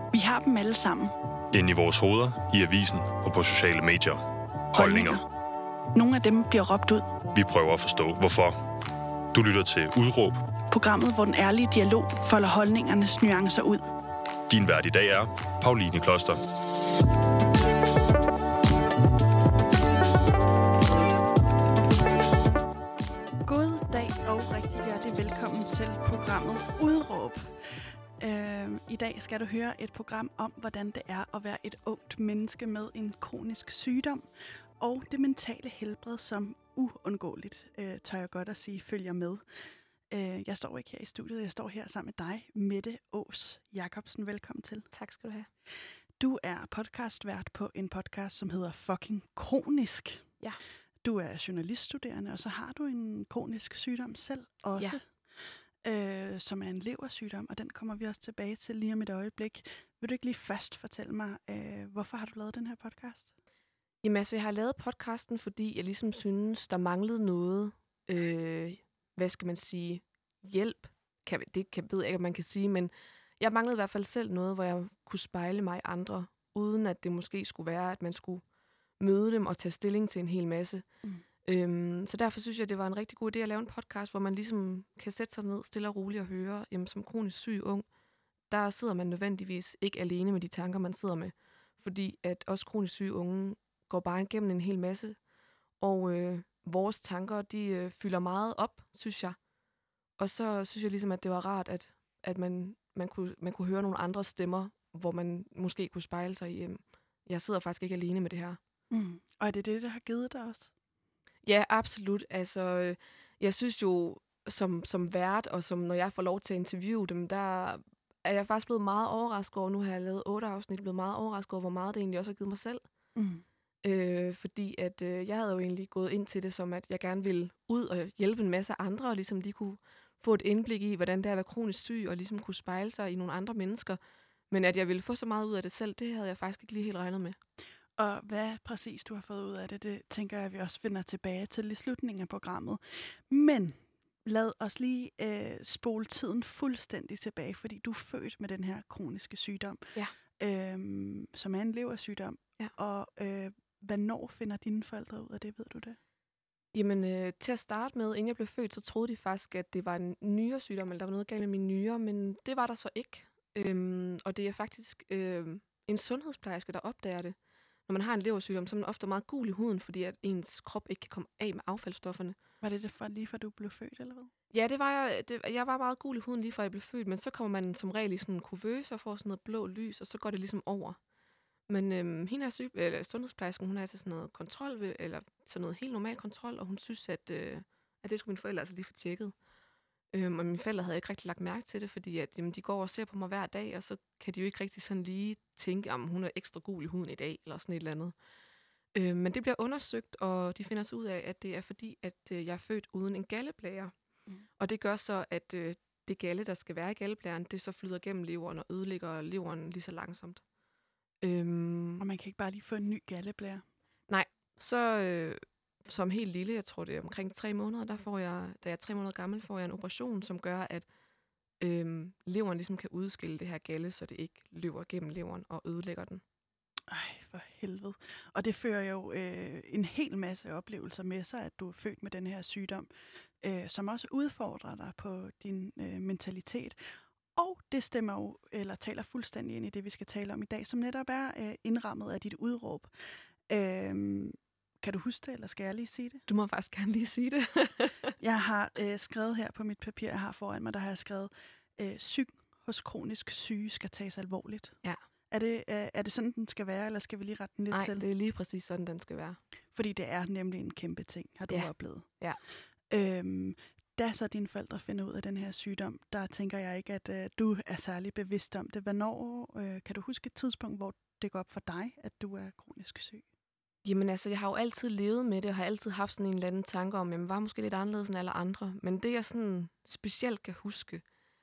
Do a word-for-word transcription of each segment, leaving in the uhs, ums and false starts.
Vi har dem alle sammen. Inde i vores hoveder, i avisen og på sociale medier. Holdninger. Holdninger. Nogle af dem bliver råbt ud. Vi prøver at forstå, hvorfor. Du lytter til Udråb. Programmet, hvor den ærlige dialog folder holdningernes nuancer ud. Din vært i dag er Pauline Kloster. God dag og rigtig hjertelig velkommen til programmet Udråb. Øh, I dag skal du høre et program om, hvordan det er at være et ungt menneske med en kronisk sygdom, og det mentale helbred, som uundgåeligt, øh, tør jeg godt at sige, følger med. Øh, jeg står ikke her i studiet, jeg står her sammen med dig, Mette Aas Jacobsen. Velkommen til. Tak skal du have. Du er podcastvært på en podcast, som hedder Fucking Kronisk. Ja. Du er journaliststuderende, og så har du en kronisk sygdom selv også, ja. øh, som er en leversygdom, og den kommer vi også tilbage til lige om et øjeblik. Vil du ikke lige først fortælle mig, øh, hvorfor har du lavet den her podcast? Jamen altså, jeg har lavet podcasten, fordi jeg ligesom synes, der manglede noget, øh, hvad skal man sige, hjælp. Kan, det kan, ved jeg ikke, om man kan sige, men jeg manglede i hvert fald selv noget, hvor jeg kunne spejle mig i andre, uden at det måske skulle være, at man skulle møde dem og tage stilling til en hel masse. Mm. Øhm, så derfor synes jeg, det var en rigtig god idé at lave en podcast, hvor man ligesom kan sætte sig ned stille og roligt og høre, jamen som kronisk syg ung, der sidder man nødvendigvis ikke alene med de tanker, man sidder med. Fordi at også kronisk syge unge går bare igennem en hel masse, og øh, vores tanker, de øh, fylder meget op, synes jeg. Og så synes jeg ligesom, at det var rart, at, at man, man, kunne, man kunne høre nogle andre stemmer, hvor man måske kunne spejle sig i, øh, jeg sidder faktisk ikke alene med det her. Mm. Og er det det, der har givet dig også? Ja, absolut. Altså, øh, jeg synes jo, som, som vært, og som når jeg får lov til at interviewe dem, der er jeg faktisk blevet meget overrasket over, nu har jeg lavet otte afsnit, blevet meget overrasket over, hvor meget det egentlig også har givet mig selv. Mm. Øh, fordi at øh, jeg havde jo egentlig gået ind til det som, at jeg gerne ville ud og hjælpe en masse andre, og ligesom de kunne få et indblik i, hvordan det er at være kronisk syg, og ligesom kunne spejle sig i nogle andre mennesker. Men at jeg ville få så meget ud af det selv, det havde jeg faktisk ikke lige helt regnet med. Og hvad præcis du har fået ud af det, det tænker jeg, at vi også vender tilbage til i slutningen af programmet. Men lad os lige øh, spole tiden fuldstændig tilbage, fordi du er født med den her kroniske sygdom, ja. øhm, som er en leversygdom. Ja. Og øh, hvornår finder dine forældre ud af det, ved du det? Jamen, øh, til at starte med, inden jeg blev født, så troede de faktisk, at det var en nyresygdom, eller der var noget galt med mine nyrer, men det var der så ikke. Øhm, og det er faktisk øh, en sundhedsplejerske, der opdager det. Når man har en leversygdom, så er man ofte meget gul i huden, fordi at ens krop ikke kan komme af med affaldsstofferne. Var det det for, lige før du blev født, eller hvad? Ja, det var jeg. Det, jeg var meget gul i huden lige før jeg blev født, men så kommer man som regel i sådan en kuvøse og får sådan noget blå lys, og så går det ligesom over. Men øhm, hende er syg, eller sundhedsplejersken, hun er til sådan noget kontrol, ved, eller sådan noget helt normal kontrol, og hun synes, at, øh, at det skulle mine forældre altså lige få tjekket. Øhm, og mine forældre havde ikke rigtig lagt mærke til det, fordi at, jamen, de går og ser på mig hver dag, og så kan de jo ikke rigtig sådan lige tænke, om hun er ekstra gul i huden i dag, eller sådan et eller andet. Øhm, men det bliver undersøgt, og de finder så ud af, at det er fordi, at øh, jeg er født uden en galleblære. Mm. Og det gør så, at øh, det galle, der skal være i galleblæren, det så flyder gennem leveren og ødelægger leveren lige så langsomt. Øhm, og man kan ikke bare lige få en ny galleblære? Nej, så øh, som helt lille, jeg tror det er omkring tre måneder, der får jeg, da jeg er tre måneder gammel, får jeg en operation, som gør, at øh, leveren ligesom kan udskille det her galle, så det ikke løber gennem leveren og ødelægger den. Ej, for helvede. Og det fører jo øh, en hel masse oplevelser med sig, at du er født med den her sygdom, øh, som også udfordrer dig på din øh, mentalitet. Og det stemmer jo, eller taler fuldstændig ind i det, vi skal tale om i dag, som netop er øh, indrammet af dit udråb. Øh, kan du huske det, eller skal jeg lige sige det? Du må faktisk gerne lige sige det. Jeg har øh, skrevet her på mit papir, jeg har foran mig, der har jeg skrevet, øh, syg hos kronisk syge skal tages alvorligt. Ja. Er det, øh, er det sådan, den skal være, eller skal vi lige rette den lidt Nej, til? Nej, det er lige præcis sådan, den skal være. Fordi det er nemlig en kæmpe ting, har du ja. oplevet. Ja. Øhm, da så dine forældre finder ud af den her sygdom, der tænker jeg ikke, at øh, du er særlig bevidst om det. Hvornår, øh, kan du huske et tidspunkt, hvor det går op for dig, at du er kronisk syg? Jamen altså, jeg har jo altid levet med det, og har altid haft sådan en eller anden tanke om, jamen var måske lidt anderledes end alle andre. Men det, jeg sådan specielt kan huske,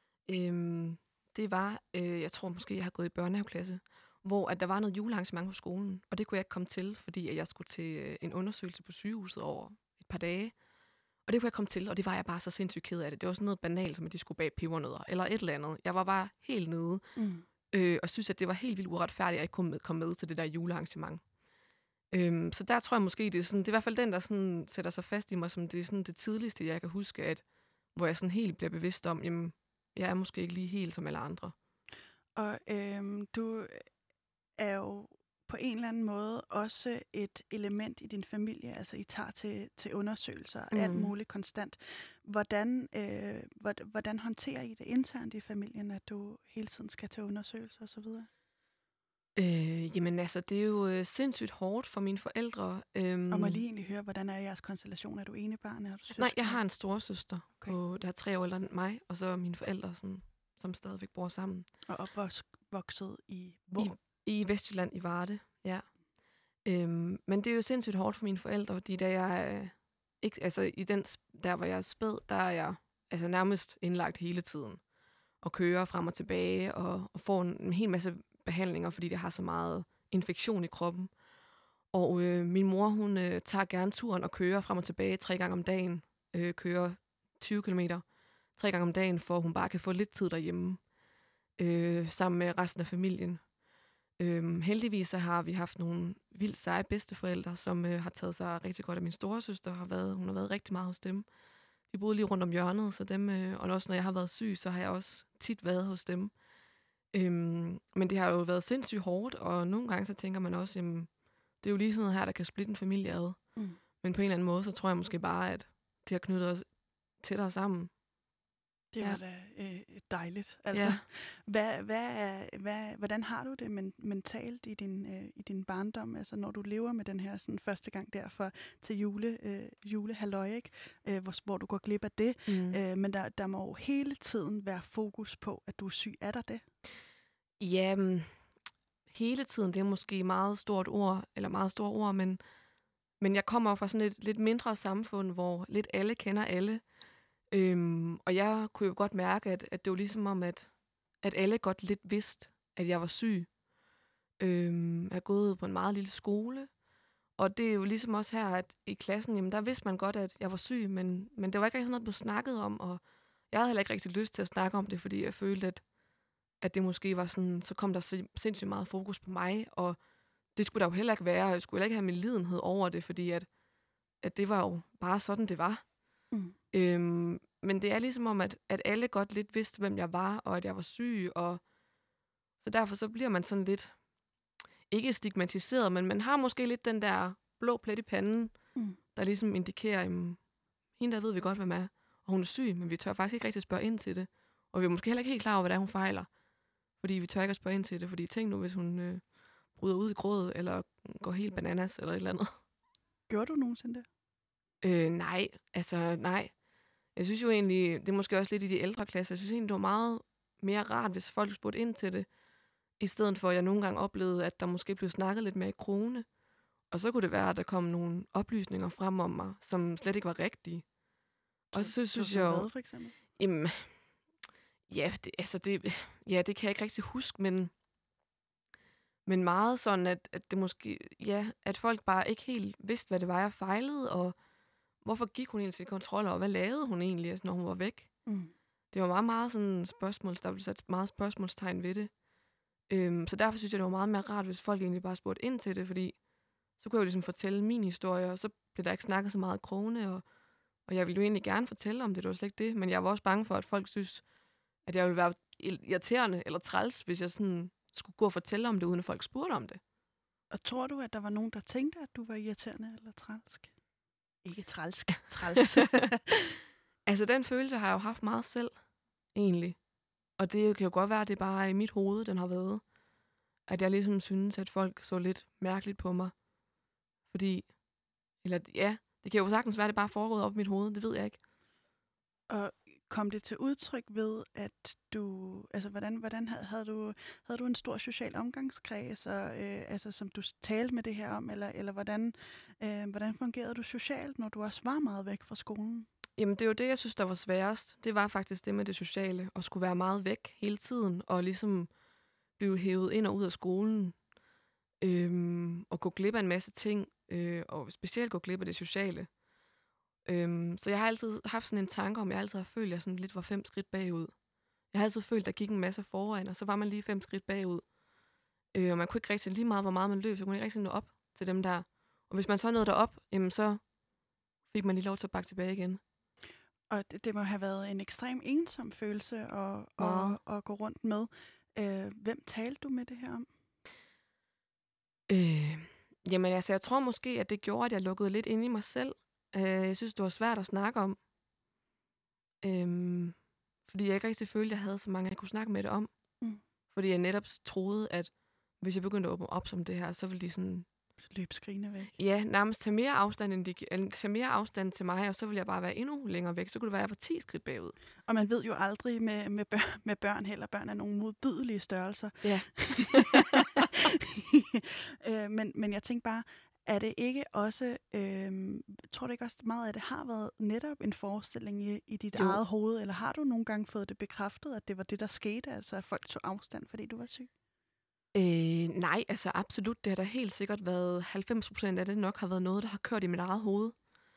øhm, det var, øh, jeg tror måske, jeg har gået i børnehaveklasse, hvor at der var noget julearrangement på skolen, og det kunne jeg ikke komme til, fordi at jeg skulle til øh, en undersøgelse på sygehuset over et par dage. Og det kunne jeg komme til, og det var jeg bare så sindssygt ked af det. Det var sådan noget banalt, som at de skulle bage pebernødder, eller et eller andet. Jeg var bare helt nede. Mm. øh, og synes, at det var helt vildt uretfærdigt, at jeg ikke kunne med, komme med til det der julearrangement. Øhm, så der tror jeg måske, det er, sådan, det er i hvert fald den, der sådan sætter sig fast i mig, som det er sådan det tidligste, jeg kan huske, at, hvor jeg sådan helt bliver bevidst om, jamen, jeg er måske ikke lige helt som alle andre. Og øhm, du er jo på en eller anden måde også et element i din familie, altså I tager til, til undersøgelser og mm. alt muligt konstant. Hvordan, øh, hvordan håndterer I det internt i familien, at du hele tiden skal til undersøgelser osv.? Øh, jamen altså, det er jo øh, sindssygt hårdt for mine forældre. Øhm, og må jeg lige egentlig høre, hvordan er jeres konstellation? Er du enebarn? Er du søster? Nej, jeg har en storesøster, okay. på, der er tre år ældre end mig, og så mine forældre, som, som stadigvæk bor sammen. Og opvokset i hvor? I, i Vestjylland, i Varde, ja. Øhm, men det er jo sindssygt hårdt for mine forældre, fordi da jeg øh, ikke, altså i den, der hvor jeg er spæd, der er jeg altså nærmest indlagt hele tiden. Og kører frem og tilbage, og, og får en, en hel masse behandlinger, fordi det har så meget infektion i kroppen. Og øh, min mor, hun øh, tager gerne turen og kører frem og tilbage tre gange om dagen. Øh, kører tyve kilometer tre gange om dagen, for hun bare kan få lidt tid derhjemme. Øh, sammen med resten af familien. Øh, heldigvis så har vi haft nogle vildt seje bedsteforældre, som øh, har taget sig rigtig godt af min storesøster. Har været, hun har været rigtig meget hos dem. De boede lige rundt om hjørnet, så dem, øh, og også når jeg har været syg, så har jeg også tit været hos dem. Øhm, men det har jo været sindssygt hårdt, og nogle gange så tænker man også, jamen, det er jo lige sådan noget her, der kan splitte en familie ad. Mm. Men på en eller anden måde, så tror jeg måske bare, at det har knyttet os tættere sammen. Det var ja. da øh, dejligt. Altså, ja. hvad, hvad er, hvad, hvordan har du det men, mentalt i din, øh, i din barndom, altså når du lever med den her sådan, første gang derfor til jule, øh, julehalløj, ikke? Øh, hvor, hvor du går glip af det. Mm. Øh, men der, der må jo hele tiden være fokus på, at du er syg. Er der det? Jamen, hele tiden, det er måske meget stort ord, eller meget store ord, men, men jeg kommer fra sådan et lidt mindre samfund, hvor lidt alle kender alle. Øhm, og jeg kunne jo godt mærke, at, at det var ligesom om, at, at alle godt lidt vidste, at jeg var syg. Øhm, jeg er gået på en meget lille skole, og det er jo ligesom også her, at i klassen, jamen der vidste man godt, at jeg var syg, men, men det var ikke rigtig noget, der blev snakket om, og jeg havde heller ikke rigtig lyst til at snakke om det, fordi jeg følte, at, at det måske var sådan, så kom der sindssygt meget fokus på mig, og det skulle der jo heller ikke være, og jeg skulle heller ikke have min lidenhed over det, fordi at, at det var jo bare sådan, det var. Mm. Øhm, men det er ligesom om, at, at alle godt lidt vidste, hvem jeg var, og at jeg var syg, og så derfor så bliver man sådan lidt, ikke stigmatiseret, men man har måske lidt den der blå plet i panden, mm. der ligesom indikerer, at hende der ved vi godt, hvem er, og hun er syg, men vi tør faktisk ikke rigtig spørge ind til det, og vi er måske heller ikke helt klar over, hvad det er, hun fejler, fordi vi tør ikke at spørge ind til det, fordi tænk nu, hvis hun øh, bryder ud i gråd, eller går helt bananas, eller et eller andet. Gjorde du nogensinde det? Øh, nej, altså nej. Jeg synes jo egentlig, det er måske også lidt i de ældre klasser, jeg synes egentlig, det var meget mere rart, hvis folk spurgte ind til det, i stedet for, at jeg nogle gange oplevede, at der måske blev snakket lidt mere i krone, og så kunne det være, at der kom nogle oplysninger frem om mig, som slet ikke var rigtige. Og så, så synes så, jeg jo... Hvad, for eksempel? Jamen, ja, det, altså det, ja, det kan jeg ikke rigtig huske, men, men meget sådan, at, at det måske, ja, at folk bare ikke helt vidste, hvad det var, jeg fejlede, og hvorfor gik hun egentlig til kontroller, og hvad lavede hun egentlig, altså, når hun var væk? Mm. Det var meget, meget sådan spørgsmål, der blev sat meget spørgsmålstegn ved det. Øhm, så derfor synes jeg, det var meget mere rart, hvis folk egentlig bare spurgte ind til det, fordi så kunne jeg jo ligesom fortælle min historie, og så blev der ikke snakket så meget krone, og, og jeg ville jo egentlig gerne fortælle om det, det var slet ikke det, men jeg var også bange for, at folk synes, at jeg ville være irriterende eller træls, hvis jeg sådan skulle gå og fortælle om det, uden at folk spurgte om det. Og tror du, at der var nogen, der tænkte, at du var irriterende eller trælsk? Ikke trælsk, træls. Altså, den følelse har jeg jo haft meget selv, egentlig. Og det kan jo godt være, at det bare er i mit hoved, den har været. At jeg ligesom synes, at folk så lidt mærkeligt på mig. Fordi, eller ja, det kan jo sagtens være, at det bare er foregået op i mit hoved, det ved jeg ikke. Og kom det til udtryk ved, at du, altså hvordan, hvordan havde du, havde du en stor social omgangskreds, og, øh, altså, som du talte med det her om, eller, eller hvordan, øh, hvordan fungerede du socialt, når du også var meget væk fra skolen? Jamen, det er jo det, jeg synes, der var sværest. Det var faktisk det med det sociale, at skulle være meget væk hele tiden, og ligesom blive hævet ind og ud af skolen, øhm, og gå glip af en masse ting, øh, og specielt gå glip af det sociale. Øhm, så jeg har altid haft sådan en tanke om, jeg altid har følt, at jeg sådan lidt var fem skridt bagud. Jeg har altid følt, at der gik en masse foran, og så var man lige fem skridt bagud. Øh, og man kunne ikke rigtig lige meget, hvor meget man løb, så kunne man ikke rigtig nå op til dem der. Og hvis man så nåede derop, jamen så fik man lige lov til at bakke tilbage igen. Og det, det må have været en ekstrem ensom følelse at, Meget. at, at gå rundt med. Øh, hvem talte du med det her om? Øh, jamen altså, jeg tror måske, at det gjorde, at jeg lukkede lidt ind i mig selv. Øh, jeg synes, det var svært at snakke om. Øh, fordi jeg ikke rigtig følte, at jeg havde så mange, jeg kunne snakke med det om. Mm. Fordi jeg netop troede, at hvis jeg begyndte at åbne op som det her, så ville de sådan... Løb skrigende væk. Ja, nærmest tage mere afstand, end de, eller tage mere afstand til mig, og så ville jeg bare være endnu længere væk. Så kunne det være, at jeg var ti skridt bagud. Og man ved jo aldrig med, med, børn, med børn heller. Børn er nogle modbydelige størrelser. Ja. øh, men, men jeg tænker bare, er det ikke også, øh, tror du ikke også meget, at det har været netop en forestilling i, i dit Jo. eget hoved? Eller har du nogle gange fået det bekræftet, at det var det, der skete? Altså at folk tog afstand, fordi du var syg? Øh, nej, altså absolut. Det har da helt sikkert været halvfems procent af det nok har været noget, der har kørt i mit eget hoved.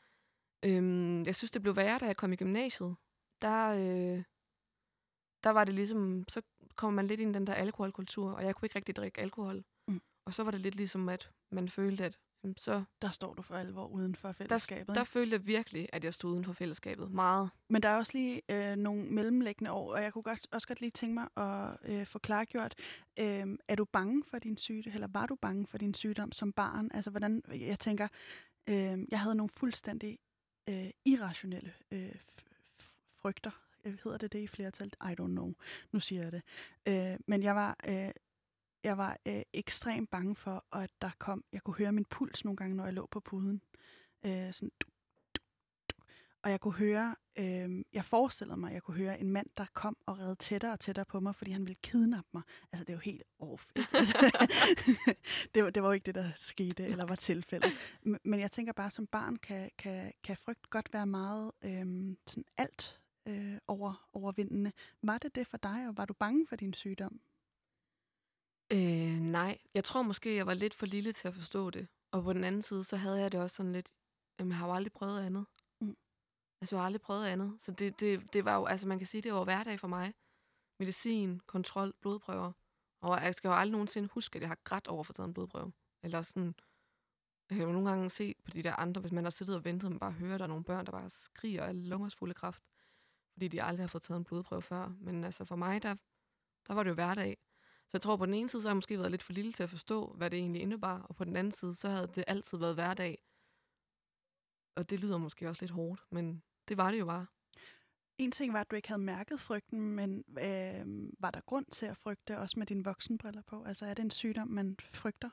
Øhm, jeg synes, det blev værre, da jeg kom i gymnasiet. Der, øh, der var det ligesom, så kommer man lidt ind i den der alkoholkultur, og jeg kunne ikke rigtig drikke alkohol. Mm. Og så var det lidt ligesom, at man følte, at jamen, så... Der står du for alvor uden for Der, fællesskabet. der følte jeg virkelig, at jeg stod uden for fællesskabet. Meget. Men der er også lige øh, nogle mellemliggende år, og jeg kunne godt, også godt lige tænke mig at øh, få klargjort, øh, er du bange for din sygdom, eller var du bange for din sygdom som barn? Altså, hvordan, jeg tænker, øh, jeg havde nogle fuldstændig øh, irrationelle øh, f- f- frygter. Hedder det det i flertal? I don't know. Nu siger jeg det. Øh, men jeg var... Øh, Jeg var øh, ekstremt bange for, at der kom... Jeg kunne høre min puls nogle gange, når jeg lå på puden. Øh, sådan... Du, du, du. Og jeg kunne høre... Øh, jeg forestillede mig, at jeg kunne høre en mand, der kom og redde tættere og tættere på mig, fordi han ville kidnappe mig. Altså, det er jo helt off. Ikke? Altså, det, var, det var jo ikke det, der skete, eller var tilfældet. M- Men jeg tænker bare, som barn kan, kan, kan frygt godt være meget øh, sådan alt øh, over, overvindende. Var det det for dig, og var du bange for din sygdom? Øh, nej. Jeg tror måske, jeg var lidt for lille til at forstå det. Og på den anden side, så havde jeg det også sådan lidt... Jamen, jeg har jo aldrig prøvet andet. Mm. Altså, jeg har aldrig prøvet andet. Så det, det, det var jo... Altså, man kan sige, det var hverdag for mig. Medicin, kontrol, blodprøver. Og jeg skal jo aldrig nogensinde huske, at jeg har grædt over for taget en blodprøve. Eller sådan... Jeg kan jo nogle gange se på de der andre, hvis man har siddet og ventet, og man bare hører, at der er nogle børn, der bare skriger af lungers fulde kraft. Fordi de aldrig har fået taget en blodprøve før. Men altså, for mig, der, der var det jo hverdag. Så jeg tror, på den ene side, så har jeg måske været lidt for lille til at forstå, hvad det egentlig indebar. Og på den anden side, så havde det altid været hverdag. Og det lyder måske også lidt hårdt, men det var det jo bare. En ting var, at du ikke havde mærket frygten, men øh, var der grund til at frygte, også med dine voksenbriller på? Altså er det en sygdom, man frygter?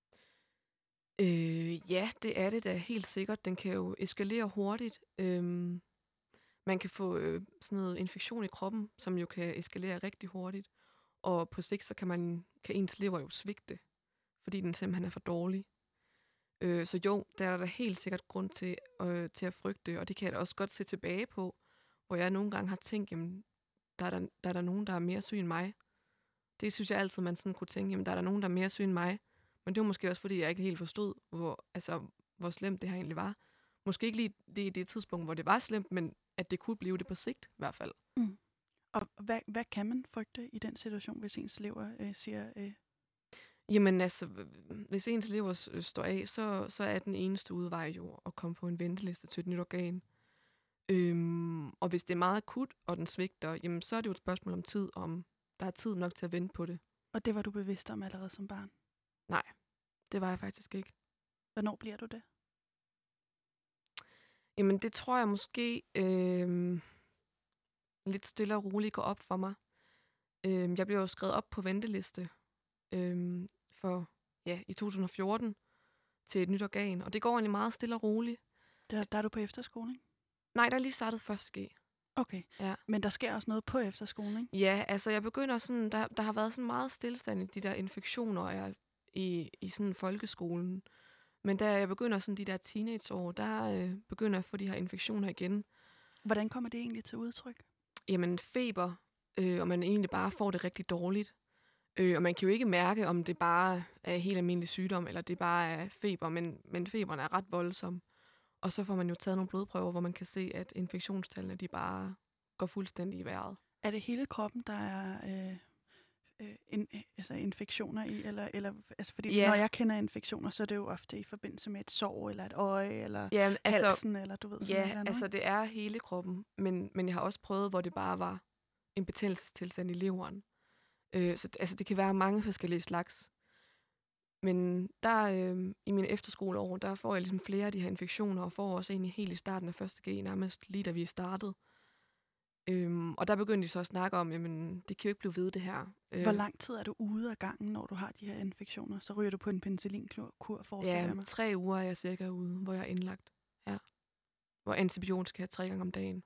Øh, ja, det er det da helt sikkert. Den kan jo eskalere hurtigt. Øhm, man kan få øh, sådan noget infektion i kroppen, som jo kan eskalere rigtig hurtigt. Og på sigt, så kan, man, kan ens lever jo svigte, fordi den simpelthen er for dårlig. Øh, så jo, der er der helt sikkert grund til, øh, til at frygte, og det kan jeg da også godt se tilbage på, hvor jeg nogle gange har tænkt, jamen, der er der, der, er der nogen, der er mere syg end mig. Det synes jeg altid, man sådan kunne tænke, jamen, der er der nogen, der er mere syg end mig. Men det var måske også, fordi jeg ikke helt forstod, hvor, altså, hvor slemt det her egentlig var. Måske ikke lige det i det tidspunkt, hvor det var slemt, men at det kunne blive det på sigt i hvert fald. Mm. Og hvad, hvad kan man frygte i den situation, hvis ens lever øh, siger... Øh... Jamen altså, hvis ens lever øh, står af, så, så er den eneste udvej jo at komme på en venteliste til et nyt organ. Øhm, og hvis det er meget akut, og den svigter, jamen så er det jo et spørgsmål om tid, om der er tid nok til at vente på det. Og det var du bevidst om allerede som barn? Nej, det var jeg faktisk ikke. Hvornår bliver du det? Jamen det tror jeg måske øh, lidt stille og roligt går op for mig. Øh, jeg blev jo skrevet op på venteliste øh, for ja i to tusind og fjorten til et nyt organ, og det går egentlig meget stille og roligt. Der, der er du på efterskole, ikke? Nej, der er lige startet første G. Okay, Ja. Men der sker også noget på efterskolen, ikke? Ja, altså jeg begynder sådan, der, der har været sådan meget stillestand i de der infektioner jeg, i, i sådan folkeskolen. Men da jeg begynder sådan de der teenageår, der øh, begynder jeg at få de her infektioner igen. Hvordan kommer det egentlig til udtryk? Jamen feber, øh, og man egentlig bare får det rigtig dårligt. Øh, og man kan jo ikke mærke, om det bare er helt almindelig sygdom, eller det bare er feber, men, men feberen er ret voldsom. Og så får man jo taget nogle blodprøver, hvor man kan se, at infektionstallene de bare går fuldstændig i vejret. Er det hele kroppen, der er øh, øh, in, altså infektioner i? Eller, eller, altså fordi Ja. når jeg kender infektioner, så er det jo ofte i forbindelse med et sår, eller et øje, eller Ja, altså, halsen, eller du ved sådan ja, et eller andet, altså ikke? det er hele kroppen, men, men jeg har også prøvet, hvor det bare var en betændelsestilstand i leveren. Øh, så altså, det kan være mange forskellige slags. Men der øh, i mine efterskoleår, der får jeg ligesom flere af de her infektioner, og får også egentlig helt i starten af første G, nærmest lige da vi startede. Øhm, og der begyndte de så at snakke om, jamen, det kan jo ikke blive ved det her. Øh, Hvor lang tid er du ude af gangen, når du har de her infektioner? Så ryger du på en penicillinkur, forestiller Ja, jeg mig. tre uger er jeg cirka ude, hvor jeg er indlagt. Ja. Hvor antibiotika tre gange om dagen.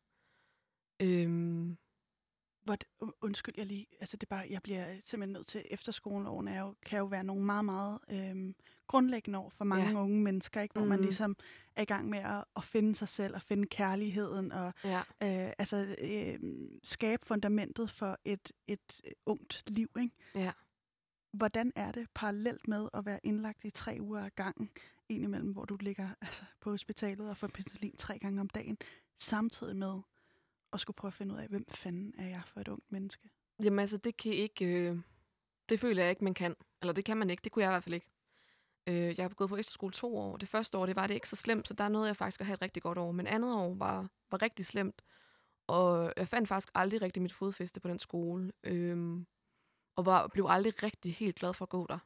Øhm, Hvor, u- undskyld, jeg lige, altså det er bare, jeg bliver simpelthen nødt til, efterskoleårene er jo, kan jo være nogle meget, meget øhm, grundlæggende år for mange Ja. unge mennesker, ikke? Hvor man Mhm. ligesom er i gang med at, at finde sig selv og finde kærligheden og ja. øh, altså øh, skabe fundamentet for et, et øh, ungt liv, ikke? Ja. Hvordan er det parallelt med at være indlagt i tre uger ad gangen, indimellem, hvor du ligger altså, på hospitalet og får penicillin tre gange om dagen, samtidig med at skulle prøve at finde ud af, hvem fanden er jeg for et ungt menneske? Jamen altså, det kan ikke... Øh, det føler jeg ikke, man kan. Eller det kan man ikke. Det kunne jeg i hvert fald ikke. Øh, jeg har gået på efterskole to år. Det første år, det var det ikke så slemt, så der nåede jeg faktisk at have et rigtig godt år. Men andet år var, var rigtig slemt. Og jeg fandt faktisk aldrig rigtig mit fodfæste på den skole. Øhm, og var, blev aldrig rigtig helt glad for at gå der.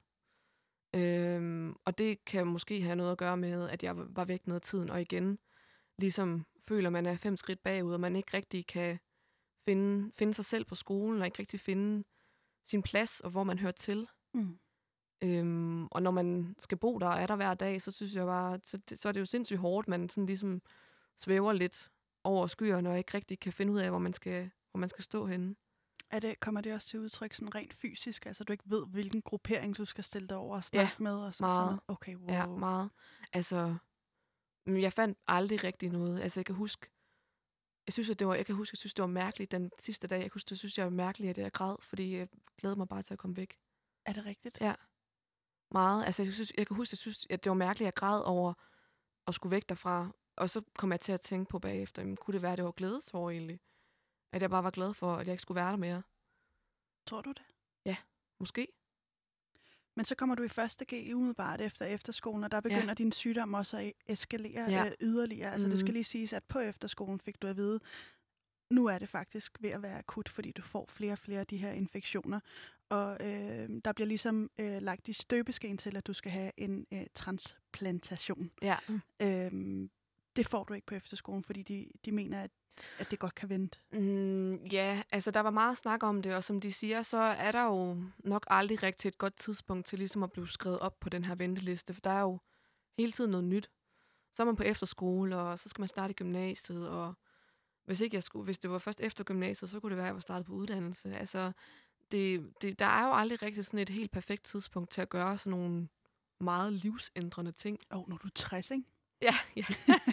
Øhm, og det kan måske have noget at gøre med, at jeg var væk noget af tiden. Og igen, ligesom føler man er fem skridt bagud, og man ikke rigtig kan finde, finde sig selv på skolen, og ikke rigtig finde sin plads, og hvor man hører til. Mm. Øhm, og når man skal bo der og er der hver dag, så synes jeg bare, så, det, så er det jo sindssygt hårdt, man sådan ligesom svæver lidt over skyerne, og ikke rigtig kan finde ud af, hvor man skal, hvor man skal stå henne. Er det, kommer det også til udtryk sådan rent fysisk? Altså du ikke ved, hvilken gruppering du skal stille dig over og snakke Ja, med? Og så, meget. sådan noget? Okay, wow. Ja, meget. Altså, men jeg fandt aldrig rigtig noget. Altså, jeg kan huske, jeg synes, at det var, jeg kan huske, jeg synes, det var mærkeligt den sidste dag. Jeg kan huske, det synes jeg var mærkeligt, at jeg græd, fordi jeg glædede mig bare til at komme væk. Er det rigtigt? Ja, meget. Altså, jeg, synes, jeg kan huske, jeg synes, at det var mærkeligt, at jeg græd over at skulle væk derfra. Og så kom jeg til at tænke på bagefter, jamen, kunne det være, at det var glædesår egentlig? At jeg bare var glad for, at jeg ikke skulle være der mere. Tror du det? Ja, måske. Men så kommer du i første G umiddelbart efter efterskolen, og der begynder ja. din sygdom også at eskalere Ja. øh, yderligere. Altså Mhm. det skal lige siges, at på efterskolen fik du at vide, nu er det faktisk ved at være akut, fordi du får flere og flere af de her infektioner. Og øh, der bliver ligesom øh, lagt i støbeskeen til, at du skal have en øh, transplantation. Ja. Øh, det får du ikke på efterskolen, fordi de, de mener, at, at det godt kan vente. Mm, ja, altså der var meget snak om det, og som de siger, så er der jo nok aldrig rigtig et godt tidspunkt til ligesom at blive skrevet op på den her venteliste, for der er jo hele tiden noget nyt. Så er man på efterskole, og så skal man starte i gymnasiet, og hvis ikke jeg skulle, hvis det var først efter gymnasiet, så kunne det være, at jeg var startet på uddannelse. Altså, det, det, der er jo aldrig rigtig sådan et helt perfekt tidspunkt til at gøre sådan nogle meget livsændrende ting. Åh, oh, når du er tres, ikke? Ja, ja.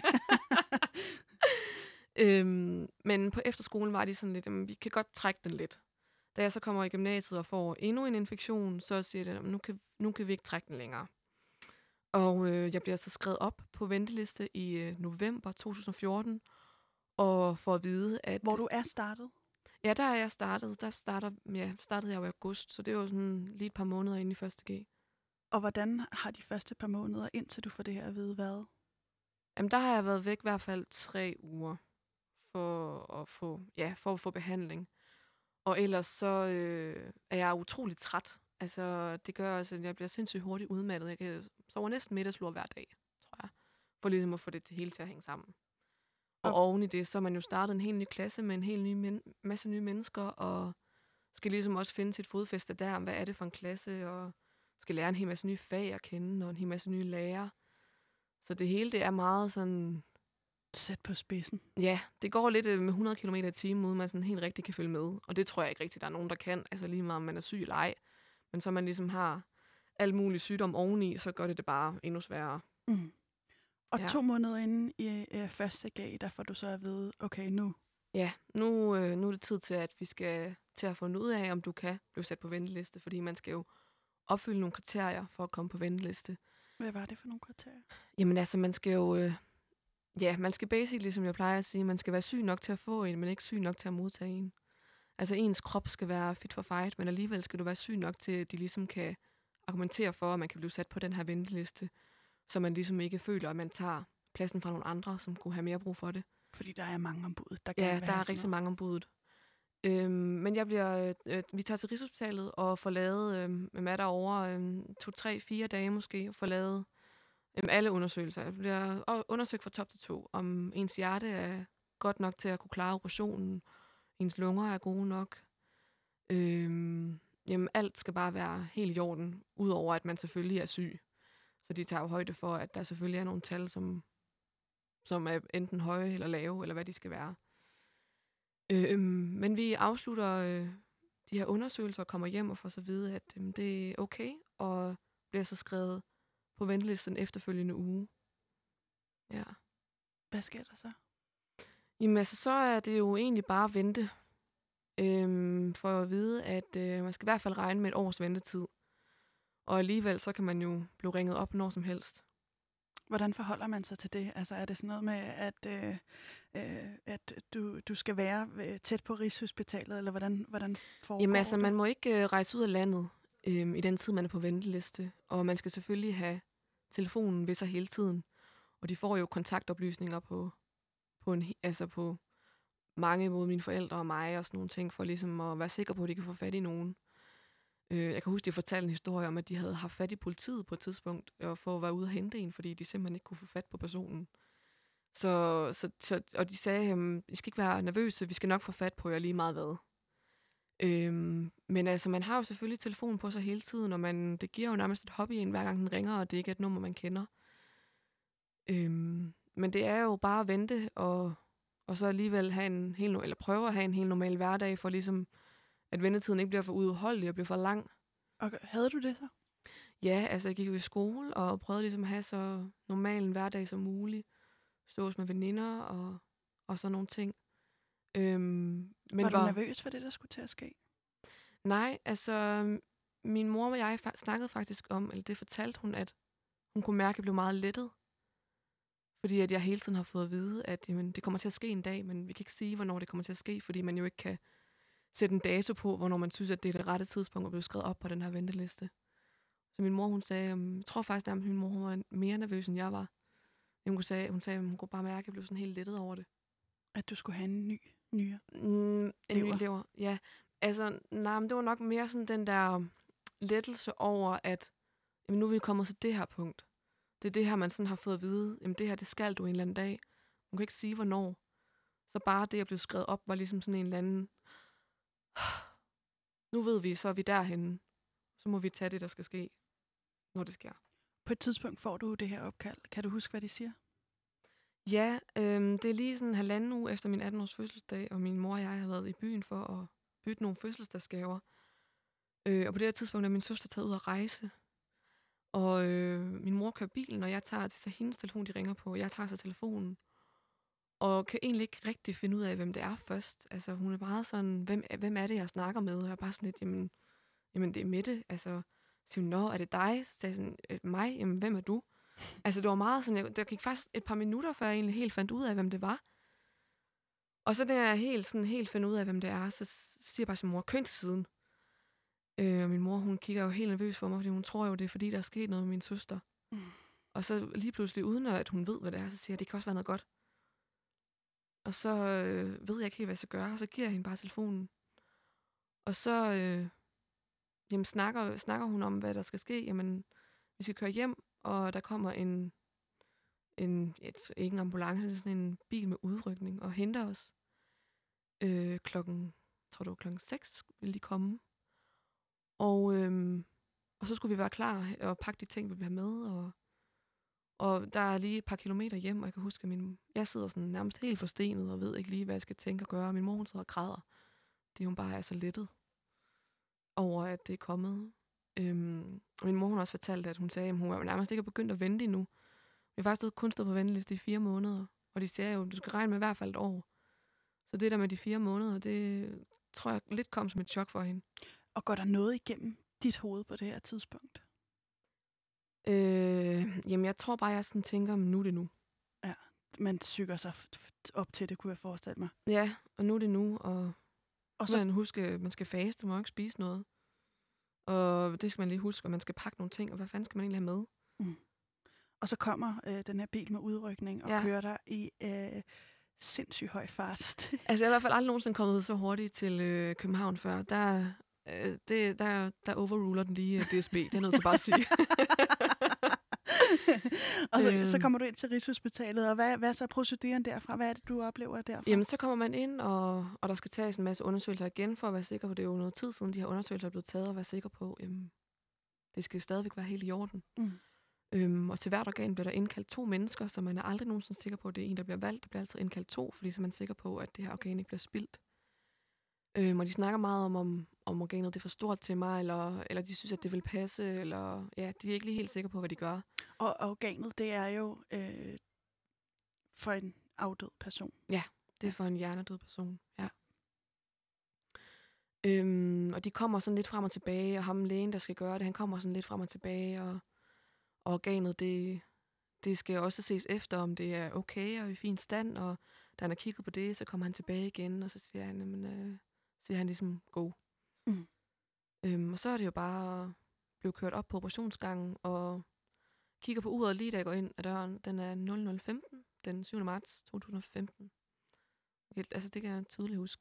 øhm, men på efterskolen var de sådan lidt, jamen, vi kan godt trække den lidt. Da jeg så kommer i gymnasiet og får endnu en infektion, så siger det, nu kan, nu kan vi ikke trække den længere. Og øh, jeg bliver så skrevet op på venteliste i øh, november to tusind og fjorten, og får at vide, at... Hvor du er startet? Ja, der er jeg startet. Der starter, ja, startede jeg jo i august, så det var sådan lige et par måneder inde i første G. Og hvordan har de første par måneder, indtil du får det her at vide, været? Jamen, der har jeg været væk i hvert fald tre uger for at få, ja, for at få behandling. Og ellers så øh, er jeg utrolig træt. Altså, det gør også, at jeg bliver sindssygt hurtigt udmattet. Jeg kan sove næsten middagslur hver dag, tror jeg. For ligesom at få det hele til at hænge sammen. Og Og- oven i det, så er man jo startet en helt ny klasse med en helt ny men- masse nye mennesker, og skal ligesom også finde sit fodfæste der. Hvad er det for en klasse? Og skal lære en hel masse nye fag at kende, og en hel masse nye lærere. Så det hele, det er meget sådan... Sæt på spidsen. Ja, det går lidt øh, med hundrede kilometer i timen, uden man sådan helt rigtig kan følge med. Og det tror jeg ikke rigtigt, der er nogen, der kan. Altså lige meget, om man er syg eller ej. Men så man ligesom har al mulig sygdom oveni, så gør det det bare endnu sværere. Mm. Og Ja. to måneder inden i øh, første G, der får du så at vide, okay, nu. Ja, nu, øh, nu er det tid til, at vi skal til at finde ud af, om du kan blive sat på venteliste. Fordi man skal jo opfylde nogle kriterier for at komme på venteliste. Hvad var det for nogle kriterier? Jamen altså, man skal jo... Øh, ja, man skal basically, som jeg plejer at sige, man skal være syg nok til at få en, men ikke syg nok til at modtage en. Altså ens krop skal være fit for fight, men alligevel skal du være syg nok til, at de ligesom kan argumentere for, at man kan blive sat på den her venteliste, så man ligesom ikke føler, at man tager pladsen fra nogle andre, som kunne have mere brug for det. Fordi der er mange ombud, der Ja, gerne vil der have er sådan rigtig noget. mange ombudet. Øhm, men jeg bliver, øh, vi tager til Rigshospitalet og får lavet, øh, hvad er der over, øh, to, tre, fire dage måske, får lavet øh, alle undersøgelser. Jeg bliver o- undersøgt fra top til to, om ens hjerte er godt nok til at kunne klare operationen, ens lunger er gode nok. Øhm, jamen alt skal bare være helt i orden, udover at man selvfølgelig er syg. Så de tager jo højde for, at der selvfølgelig er nogle tal, som, som er enten høje eller lave, eller hvad de skal være. Øhm, men vi afslutter øh, de her undersøgelser og kommer hjem og får så at vide, at øhm, det er okay, og bliver så skrevet på ventelisten efterfølgende uge. Ja. Hvad sker der så? Jamen altså, så er det jo egentlig bare at vente, øhm, for at vide, at øh, man skal i hvert fald regne med et års ventetid. Og alligevel, så kan man jo blive ringet op når som helst. Hvordan forholder man sig til det? Altså er det sådan noget med, at, øh, øh, at du, du skal være øh, tæt på Rigshospitalet, eller hvordan, hvordan foregår Jamen altså, det? man må ikke øh, rejse ud af landet øh, i den tid, man er på venteliste. Og man skal selvfølgelig have telefonen ved sig hele tiden. Og de får jo kontaktoplysninger på, på, en, he- altså på mange, både mine forældre og mig og sådan nogle ting, for ligesom at være sikker på, at de kan få fat i nogen. Øh, jeg kan huske, de fortalte en historie om, at de havde haft fat i politiet på et tidspunkt, og for at være ude og hente en, fordi de simpelthen ikke kunne få fat på personen. Så, så, så, og de sagde, at I skal ikke være nervøse, vi skal nok få fat på jer lige meget hvad. Øhm, men altså, man har jo selvfølgelig telefonen på sig hele tiden, og man, det giver jo nærmest et hobby ind, hver gang den ringer, og det ikke er et nummer, man kender. Øhm, men det er jo bare at vente, og, og så alligevel have en helt, no- eller prøve at have en helt normal hverdag, for ligesom, at ventetiden ikke bliver for udholdelig og bliver for lang. Og havde du det så? Ja, altså jeg gik jo i skole og prøvede ligesom at have så normal en hverdag som muligt. Stås med veninder og, og sådan nogle ting. Øhm, men Var du nervøs for det, der skulle til at ske? Nej, altså min mor og jeg fa- snakkede faktisk om, eller det fortalte hun, at hun kunne mærke, at jeg blev meget lettet. Fordi at jeg hele tiden har fået at vide, at jamen, det kommer til at ske en dag, men vi kan ikke sige, hvornår det kommer til at ske, fordi man jo ikke kan sætte en dato på, hvornår man synes, at det er det rette tidspunkt at blive skrevet op på den her venteliste. Så min mor, hun sagde, um, jeg tror faktisk nærmest, at min mor hun var mere nervøs, end jeg var. Hun, kunne sige, hun sagde, at hun kunne bare mærke, at jeg blev sådan helt lettet over det. At du skulle have en ny nyre? Mm, en Lever. ny lever, ja. Altså, nej, men det var nok mere sådan den der lettelse over, at jamen, nu er vi kommet til det her punkt. Det er det her, man sådan har fået at vide. Jamen, det her, det skal du en eller anden dag. Man kan ikke sige, hvornår. Så bare det, at blive skrevet op, var ligesom sådan en eller anden... Nu ved vi, så er vi derhenne. Så må vi tage det, der skal ske, når det sker. På et tidspunkt får du det her opkald. Kan du huske, hvad de siger? Ja, øhm, det er lige sådan en halvanden uge efter min atten-års fødselsdag, og min mor og jeg har været i byen for at bytte nogle fødselsdagsgaver. Øh, og på det her tidspunkt er min søster taget ud at rejse. Og øh, min mor kører bilen, og jeg tager til så hendes telefon, de ringer på. Jeg tager så telefonen, og kan egentlig ikke rigtig finde ud af, hvem det er først. Altså, hun er bare sådan, hvem, hvem er det, jeg snakker med? Og jeg er bare sådan lidt, jamen, jamen det er Mette. Altså, så siger hun, nå, er det dig? Så sagde jeg sådan, "Øh, mig? Jamen, hvem er du? Altså, det var meget sådan, jeg, der gik faktisk et par minutter, før jeg egentlig helt fandt ud af, hvem det var. Og så da jeg helt, sådan, helt fandt ud af, hvem det er, så siger jeg bare til mor, kør ind til siden. Øh, og min mor, hun kigger jo helt nervøs for mig, fordi hun tror jo, det er fordi, der er sket noget med min søster. Mm. Og så lige pludselig, uden at hun ved, hvad det er, så siger jeg, det kan også være noget godt. Og så øh, ved jeg ikke helt, hvad jeg skal gøre, og så giver jeg hende bare telefonen. Og så øh, jamen, snakker, snakker hun om, hvad der skal ske. Jamen, vi skal køre hjem, og der kommer en, en et, ikke en ambulance, det er sådan en bil med udrykning, og henter os. Øh, klokken, jeg tror det var klokken seks, ville de komme. Og, øhm, og så skulle vi være klar og pakke de ting, vi ville have med. Og, og der er lige et par kilometer hjem, og jeg kan huske, at min, jeg sidder sådan nærmest helt forstenet og ved ikke lige, hvad jeg skal tænke og gøre. Og min mor, hun sidder og græder, fordi hun bare er så lettet over, at det er kommet. Øhm, og min mor, hun har også fortalt, at hun sagde, at hun var nærmest ikke begyndt at vente endnu. Vi har faktisk stået, kun stået på venteliste i fire måneder. Og de siger jo, at du skal regne med i hvert fald et år. Så det der med de fire måneder, det tror jeg lidt kom som et chok for hende. Og går der noget igennem dit hoved på det her tidspunkt? Øh, jamen, jeg tror bare, jeg sådan tænker, nu er det nu. Man sykker sig f- f- op til det, kunne jeg forestille mig. Ja, og nu er det nu, og Og så man huske, at man skal faste, man må ikke spise noget. Og det skal man lige huske, og man skal pakke nogle ting, og hvad fanden skal man egentlig have med? Mm. Og så kommer øh, den her bil med udrykning og ja. kører der i øh, sindssygt høj fart. Altså, jeg er i hvert fald aldrig nogensinde kommet så hurtigt til øh, København før. Der, øh, det, der, der overruler den lige D S B, det er nødt til bare at sige. Og så, så kommer du ind til Rigshospitalet, og hvad, hvad er så proceduren derfra? Hvad er det, du oplever derfra? Jamen, så kommer man ind, og, og der skal tages en masse undersøgelser igen, for at være sikker på, det er jo noget tid siden, de her undersøgelser er blevet taget, og være sikker på, jamen, det skal stadigvæk være helt i orden. Mm. Øhm, og til hvert organ bliver der indkaldt to mennesker, så man er aldrig nogensinde sikker på, at det er en, der bliver valgt. Der bliver altid indkaldt to, fordi så er man sikker på, at det her organ ikke bliver spildt. Øhm, og de snakker meget om, om, om organet det er for stort til mig, eller, eller de synes, at det vil passe, eller ja, de er ikke lige helt sikre på, hvad de gør. Og organet, det er jo øh, for en afdød person. Ja, det er for en hjernedød person, ja. Øhm, og de kommer sådan lidt frem og tilbage, og ham lægen, der skal gøre det, han kommer sådan lidt frem og tilbage, og, og organet, det, det skal også ses efter, om det er okay og i fin stand, og da han har kigget på det, så kommer han tilbage igen, og så siger han, jamen, øh, siger han ligesom, go. Mm. Øhm, og så er det jo bare at blive kørt op på operationsgangen, og kigger på uret lige da jeg går ind ad døren. Den er nul nul femten, den syvende marts to tusind og femten. Altså, det kan jeg tydeligt huske.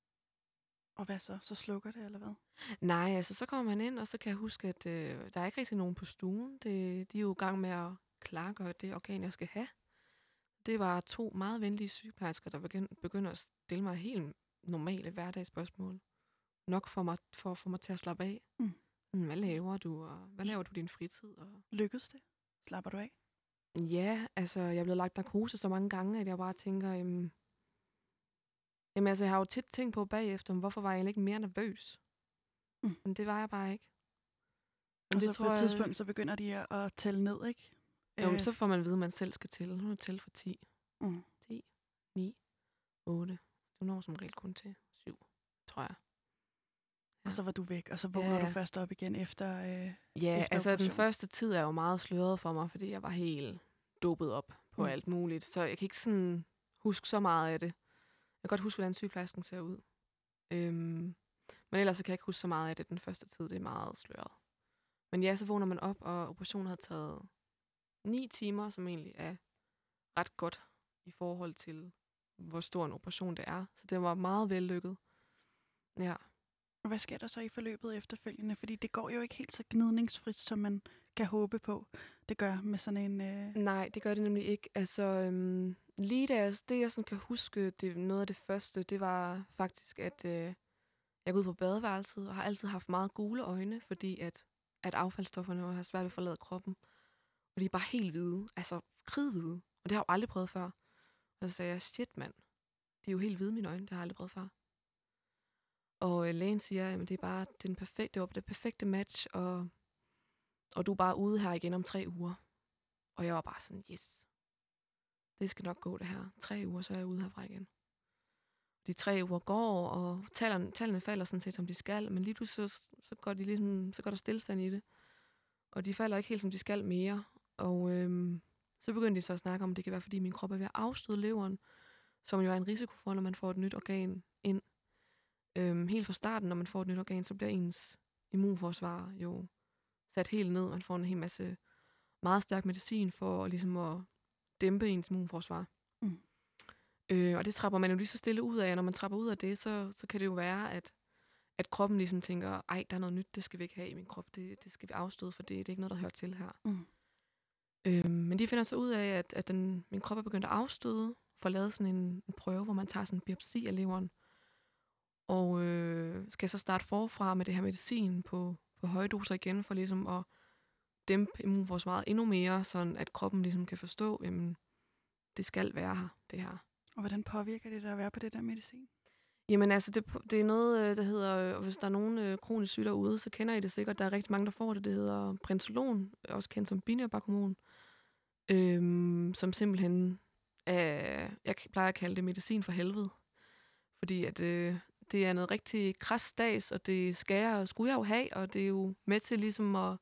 Og hvad så? Så slukker det, eller hvad? Nej, altså, så kommer man ind, og så kan jeg huske, at øh, der er ikke rigtig nogen på stuen. Det, de er jo i gang med at klargøre det organ, jeg skal have. Det var to meget venlige sygeplejersker, der begynd, begynder at stille mig helt normale hverdagsspørgsmål. Nok for mig, for at få mig til at slappe af. Mm. Hvad laver du, og hvad laver du i din fritid? Og lykkedes det? Slapper du af? Ja, altså, jeg er blevet lagt narkose så mange gange, at jeg bare tænker, jamen, jamen altså, jeg har jo tit tænkt på bagefter, hvorfor var jeg egentlig ikke mere nervøs? Mm. Men det var jeg bare ikke. Men og det så tror på et tidspunkt, jeg, så begynder de at, at tælle ned, ikke? Jo, men så får man at vide, at man selv skal tælle. Nu er det tælle for ti. Mm. ti, ni, otte. Du når som regel kun til syv, tror jeg. Ja. Og så var du væk, og så vågner ja. du først op igen efter øh, Ja, efter altså operation. Den første tid er jo meget sløret for mig, fordi jeg var helt dopet op på mm. alt muligt. Så jeg kan ikke sådan huske så meget af det. Jeg kan godt huske, hvordan sygeplejersken ser ud. Øhm, men ellers så kan jeg ikke huske så meget af det den første tid. Det er meget sløret. Men ja, så vågner man op, og operationen har taget ni timer, som egentlig er ret godt i forhold til, hvor stor en operation det er. Så det var meget vellykket. Ja. Og hvad sker der så i forløbet efterfølgende? Fordi det går jo ikke helt så gnidningsfrit, som man kan håbe på, det gør med sådan en... Øh... Nej, det gør det nemlig ikke. Altså, øhm, lige da jeg, det jeg sådan kan huske, det, noget af det første, det var faktisk, at øh, jeg går ud på badeværelset, og har altid haft meget gule øjne, fordi at, at affaldsstofferne har svært ved at forlade kroppen. Og de er bare helt hvide, altså kridhvide. Og det har jeg jo aldrig prøvet før. Og så sagde jeg, shit mand, de er jo helt hvide mine øjne, det har jeg aldrig prøvet før. Og øh, lægen siger, at det er bare den perfekte, det var det perfekte match, og, og du er bare ude her igen om tre uger. Og jeg var bare sådan, yes, det skal nok gå det her. Tre uger, så er jeg ude herfra igen. De tre uger går, og tallene, tallene falder sådan set, som de skal, men lige pludselig så, så, går de ligesom, så går der stillestand i det. Og de falder ikke helt, som de skal mere. Og øhm, så begyndte de så at snakke om, at det kan være, fordi min krop er ved at afstøde leveren, som jo er en risiko for, når man får et nyt organ ind. Øhm, helt fra starten, når man får et nyt organ, så bliver ens immunforsvar jo sat helt ned. Man får en hel masse meget stærk medicin for ligesom at dæmpe ens immunforsvar. Mm. Øh, og det trapper man jo lige så stille ud af, og når man trapper ud af det, så, så kan det jo være, at, at kroppen ligesom tænker, ej, der er noget nyt, det skal vi ikke have i min krop, det, det skal vi afstøde, for det, det er ikke noget, der hører til her. Mm. Øh, men de finder så ud af, at, at den, min krop er begyndt at afstøde, for at lave sådan en, en prøve, hvor man tager sådan en biopsi af leveren, og øh, skal så starte forfra med det her medicin på, på høje doser igen, for ligesom at dæmpe immunforsvaret endnu mere, sådan at kroppen ligesom kan forstå, jamen, det skal være her, det her. Og hvordan påvirker det der at være på det der medicin? Jamen altså, det, det er noget, der hedder, hvis der er nogen øh, kronisk syge derude, så kender I det sikkert. Der er rigtig mange, der får det. Det hedder Prednisolon, også kendt som binyrbarkhormon, øhm, som simpelthen er, jeg plejer at kalde det medicin for helvede. Fordi at øh, det er noget rigtig kras stads, og det skærer og skulle jeg jo have, og det er jo med til ligesom at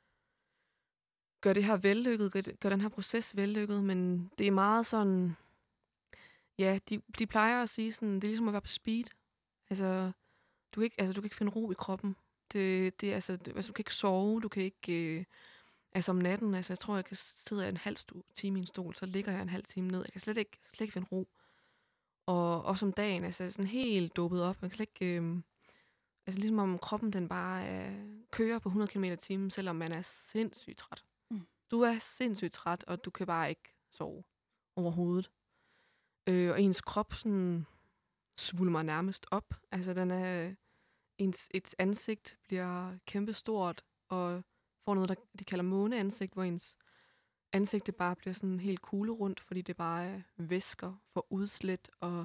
gøre det her vellykket, gøre, gør den her proces vellykket, men det er meget sådan, ja, de, de plejer at sige sådan, det er ligesom at være på speed. Altså, du kan ikke, altså, du kan ikke finde ro i kroppen. Det, det, altså, det, altså, du kan ikke sove, du kan ikke... Øh, altså om natten, altså jeg tror, jeg kan sidde en halv stu- time i en stol, så ligger jeg en halv time ned. Jeg kan slet ikke, slet ikke finde ro. Og også om dagen, altså jeg er sådan helt dopet op. Man kan slet ikke... Øh, altså ligesom om kroppen den bare øh, kører på hundrede kilometer i timen, selvom man er sindssygt træt. Mm. Du er sindssygt træt, og du kan bare ikke sove overhovedet. Øh, og ens krop sådan svulmer nærmest op. Altså den er... Ens et ansigt bliver kæmpestort, og får noget, der de kalder måneansigt, hvor ens ansigt det bare bliver sådan helt kuglerundt, fordi det bare er væsker for udslæt. Og,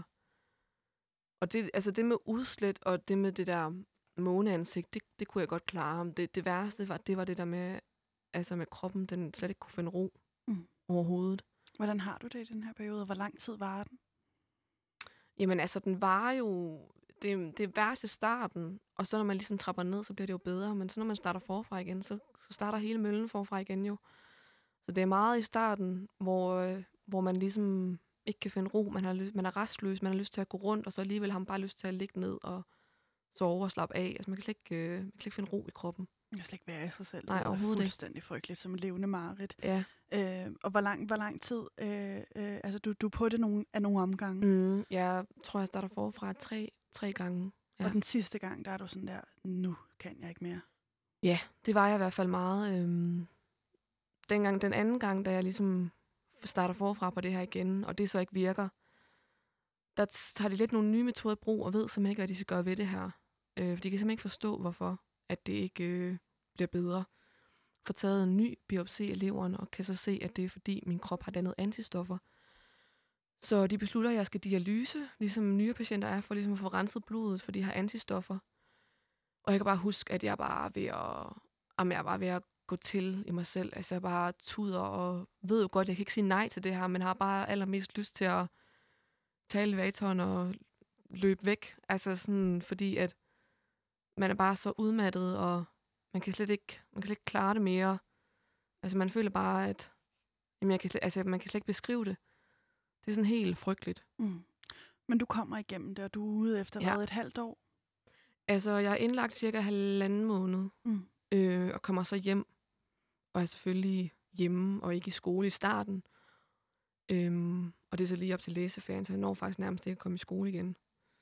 og det, altså det med udslæt og det med det der måneansigt, det, det kunne jeg godt klare. Det, det værste var det, var det der med, altså med kroppen, den slet ikke kunne finde ro mm. overhovedet. Hvordan har du det i den her periode? Hvor lang tid var den? Jamen altså, den var jo... Det, det er værst i starten, og så når man ligesom trapper ned, så bliver det jo bedre. Men så når man starter forfra igen, så, så starter hele møllen forfra igen jo. Så det er meget i starten, hvor, øh, hvor man ligesom ikke kan finde ro. Man, har lyst, man er restløs, man har lyst til at gå rundt, og så alligevel har man bare lyst til at ligge ned og sove og slappe af. Altså man kan slet ikke, øh, man kan slet ikke finde ro i kroppen. Jeg kan slet ikke være i sig selv. Nej, det er overhovedet fuldstændig ikke. Frygteligt, som en levende mareridt. Ja. Øh, og hvor lang, hvor lang tid, øh, øh, altså du, du er på det nogle, af nogle omgange. Mm, jeg tror, jeg starter forfra tre, tre gange. Ja. Og den sidste gang, der er du sådan der, nu kan jeg ikke mere. Ja, det var jeg i hvert fald meget. Øhm, dengang, den anden gang, da jeg ligesom starter forfra på det her igen, og det så ikke virker, der tager de lidt nogle nye metoder i brug, og ved simpelthen ikke, hvad de skal gøre ved det her. Øh, for de kan simpelthen ikke forstå, hvorfor at det ikke øh, bliver bedre. Får taget en ny biopsi af leveren, og kan så se, at det er fordi, min krop har dannet antistoffer. Så de beslutter, at jeg skal dialyse, ligesom nye patienter er, for ligesom at få renset blodet, for de har antistoffer. Og jeg kan bare huske, at jeg bare er ved at, jamen, jeg er bare ved at gå til i mig selv. Altså jeg bare tuder og ved jo godt, jeg kan ikke sige nej til det her, men har bare allermest lyst til at tage elevatoren og løbe væk. Altså sådan, fordi at man er bare så udmattet, og man kan slet ikke, man kan slet ikke klare det mere. Altså man føler bare, at jamen, jeg kan slet, altså, man kan slet ikke beskrive det. Det er sådan helt frygteligt. Mm. Men du kommer igennem det, og du er ude efter Ja. hvad, et halvt år? Altså, jeg er indlagt cirka halvanden måned, Mm. øh, og kommer så hjem, og er selvfølgelig hjemme og ikke i skole i starten. Øhm, og det er så lige op til læseferien, så jeg når faktisk nærmest ikke at komme i skole igen.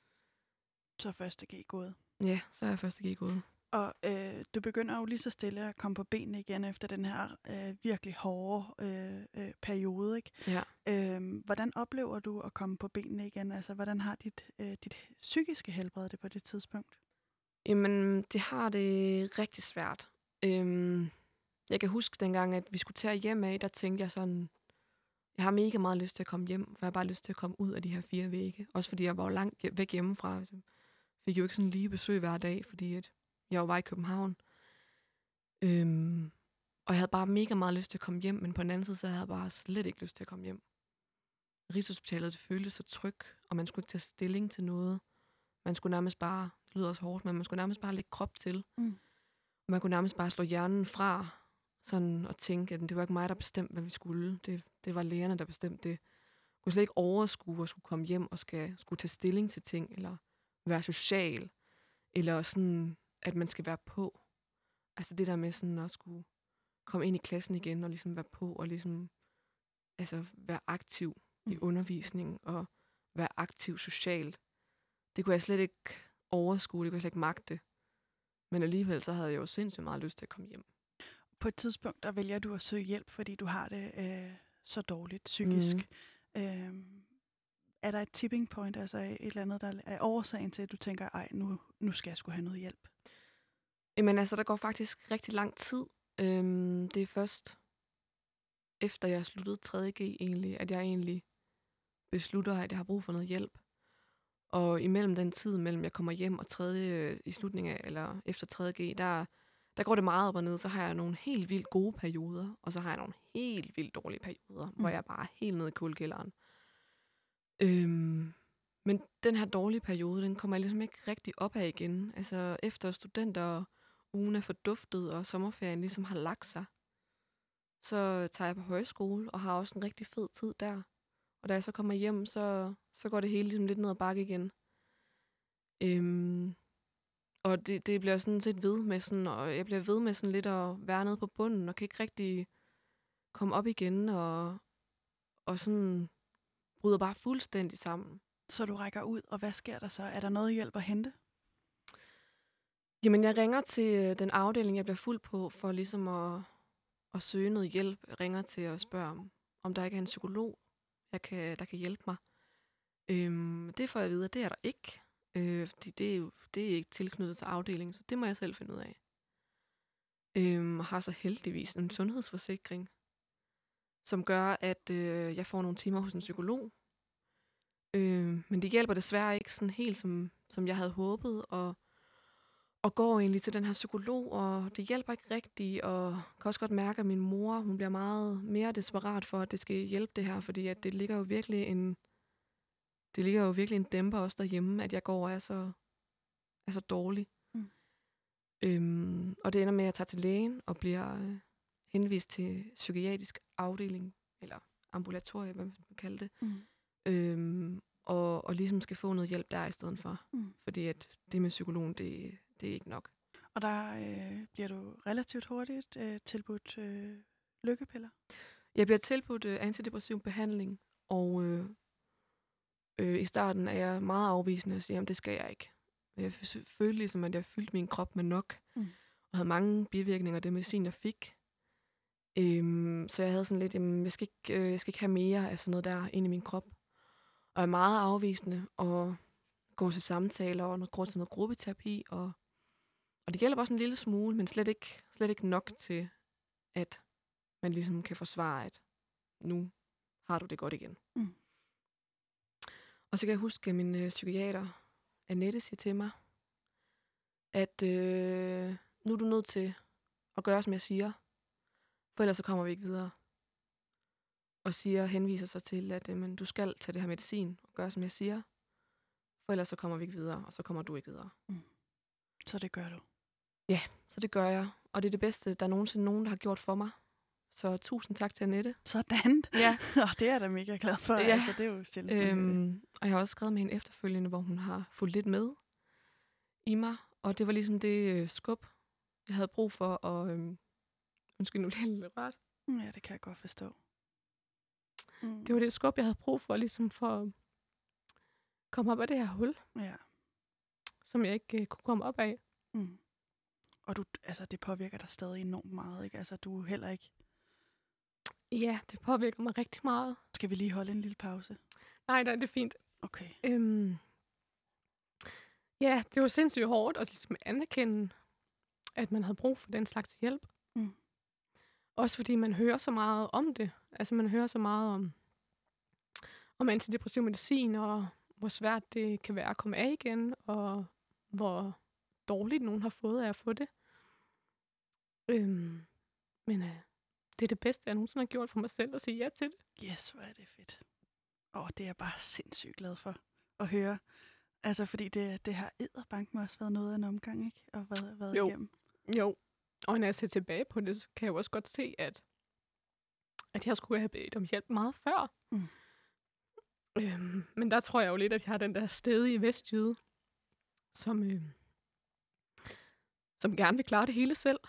Så første G gået. Ja, så er jeg første G gået. Og øh, du begynder jo lige så stille at komme på benene igen efter den her øh, virkelig hårde øh, øh, periode, ikke? Ja. Øh, hvordan oplever du at komme på benene igen? Altså, hvordan har dit, øh, dit psykiske helbred det på det tidspunkt? Jamen, det har det rigtig svært. Øhm, jeg kan huske dengang, at vi skulle tage hjem af, der tænkte jeg sådan, jeg har mega meget lyst til at komme hjem, for jeg har bare lyst til at komme ud af de her fire vægge. Også fordi jeg var jo langt væk hjemmefra. Altså, fik jo ikke sådan lige besøg hver dag, fordi at jeg var i København. Øhm, og jeg havde bare mega meget lyst til at komme hjem, men på den anden side, så havde jeg bare slet ikke lyst til at komme hjem. Rigshospitalet, det føltes så trygt, og man skulle ikke tage stilling til noget. Man skulle nærmest bare, det lyder også hårdt, men man skulle nærmest bare lægge krop til. Mm. Og man kunne nærmest bare slå hjernen fra, sådan og tænke, at det var ikke mig, der bestemte, hvad vi skulle. Det, det var lægerne, der bestemte det. Jeg kunne slet ikke overskue at skulle komme hjem og skal, skulle tage stilling til ting, eller være social, eller sådan, at man skal være på. Altså det der med sådan at skulle komme ind i klassen igen, og ligesom være på, og ligesom altså være aktiv i undervisningen, og være aktiv socialt. Det kunne jeg slet ikke overskue, det kunne jeg slet ikke magte. Men alligevel så havde jeg jo sindssygt meget lyst til at komme hjem. På et tidspunkt, der vælger du at søge hjælp, fordi du har det øh, så dårligt psykisk. Mm. Øh, er der et tipping point, altså et eller andet, der er årsagen til, at du tænker, ej, nu, nu skal jeg sgu have noget hjælp? Jamen altså, der går faktisk rigtig lang tid. Øhm, det er først efter jeg sluttede tredje G egentlig, at jeg egentlig beslutter, at jeg har brug for noget hjælp. Og imellem den tid, mellem jeg kommer hjem og tredje, i slutningen af, eller efter tredje G, der, der går det meget op og ned. Så har jeg nogle helt vildt gode perioder, og så har jeg nogle helt vildt dårlige perioder, mm. hvor jeg bare er helt nede i kuldekælderen. Øhm, men den her dårlige periode, den kommer jeg ligesom ikke rigtig op af igen. Altså efter studenter ugen er forduftet, og sommerferien ligesom har lagt sig, så tager jeg på højskole og har også en rigtig fed tid der. Og da jeg så kommer hjem, så, så går det hele ligesom lidt ned ad bakke igen. Øhm, og det, det bliver sådan set ved med sådan, og jeg bliver ved med sådan lidt at være nede på bunden, og kan ikke rigtig komme op igen, og, og sådan bryder bare fuldstændig sammen. Så du rækker ud, og hvad sker der så? Er der noget hjælp at hente? Jamen, jeg ringer til øh, den afdeling, jeg bliver fuldt på, for ligesom at, at søge noget hjælp. Jeg ringer til at spørge, om, om der ikke er en psykolog, jeg kan, der kan hjælpe mig. Øhm, det får jeg at vide, at det er der ikke. Øh, fordi det er jo det er ikke tilknyttet til afdelingen, så det må jeg selv finde ud af. Øhm, har så heldigvis en sundhedsforsikring, som gør, at øh, jeg får nogle timer hos en psykolog. Øh, men det hjælper desværre ikke sådan helt, som, som jeg havde håbet, og, og går egentlig til den her psykolog, og det hjælper ikke rigtigt, og kan også godt mærke, at min mor, hun bliver meget mere desperat for, at det skal hjælpe det her, fordi at det ligger jo virkelig en, det ligger jo virkelig en dæmper også derhjemme, at jeg går og er så, er så dårlig. Mm. Øhm, og det ender med, at jeg tager til lægen og bliver øh, henvist til psykiatrisk afdeling, eller ambulatorie, hvad man kan kalde det. Mm. Øhm, og, og ligesom skal få noget hjælp der i stedet for. Mm. Fordi at det med psykologen, det, det er ikke nok. Og der øh, bliver du relativt hurtigt øh, tilbudt øh, lykkepiller? Jeg bliver tilbudt øh, antidepressiv behandling, og øh, øh, i starten er jeg meget afvisende og siger, at det skal jeg ikke. Jeg følte ligesom, at jeg fyldte min krop med nok, mm. og havde mange bivirkninger af det medicin, jeg fik. Øhm, så jeg havde sådan lidt, jamen, jeg skal, ikke, øh, jeg skal ikke have mere af sådan noget der ind i min krop. Og er meget afvisende, og går til samtaler, og går til noget gruppeterapi, og, og det hjælper også en lille smule, men slet ikke, slet ikke nok til, at man ligesom kan forsvare, at nu har du det godt igen. Mm. Og så kan jeg huske, at min øh, psykiater, Annette, siger til mig, at øh, nu er du nødt til at gøre, som jeg siger, for ellers så kommer vi ikke videre. Og siger, henviser sig til, at øh, men du skal tage det her medicin og gøre, som jeg siger, for ellers så kommer vi ikke videre, og så kommer du ikke videre. Mm. Så det gør du? Ja, så det gør jeg. Og det er det bedste, der er nogensinde nogen, der har gjort for mig. Så tusind tak til Annette. Sådan. Ja. Og det er jeg da mega glad for. Ja. Altså, det er jo sjældent. Øhm, og jeg har også skrevet med hende efterfølgende, hvor hun har fulgt lidt med i mig. Og det var ligesom det øh, skub, jeg havde brug for. Og øh, undskyld, nu bliver jeg lidt rart. Ja, det kan jeg godt forstå. Mm. Det var det skub, jeg havde brug for, ligesom for at komme op af det her hul, Ja. som jeg ikke øh, kunne komme op af. Mm. Og du, altså, det påvirker dig stadig enormt meget, ikke? Altså, du er heller ikke... Ja, det påvirker mig rigtig meget. Skal vi lige holde en lille pause? Nej, nej, det er fint. Okay. Øhm, ja, det var sindssygt hårdt at ligesom anerkende, at man havde brug for den slags hjælp. Mm. Også fordi man hører så meget om det. Altså man hører så meget om, om antidepressiv medicin, og hvor svært det kan være at komme af igen, og hvor dårligt nogen har fået af at få det. Øhm, men øh, det er det bedste, jeg nogensinde har gjort for mig selv, at sige ja til det. Yes, hvor er det fedt. Åh, det er jeg bare sindssygt glad for at høre. Altså, fordi det, det har edderbank med også været noget af en omgang, ikke? Og været, været Jo. igennem. Jo, og når jeg ser tilbage på det, så kan jeg jo også godt se, at, at jeg skulle have bedt om hjælp meget før. Mm. Øhm, men der tror jeg jo lidt, at jeg har den der stedige vestjyde, som, øh, som gerne vil klare det hele selv.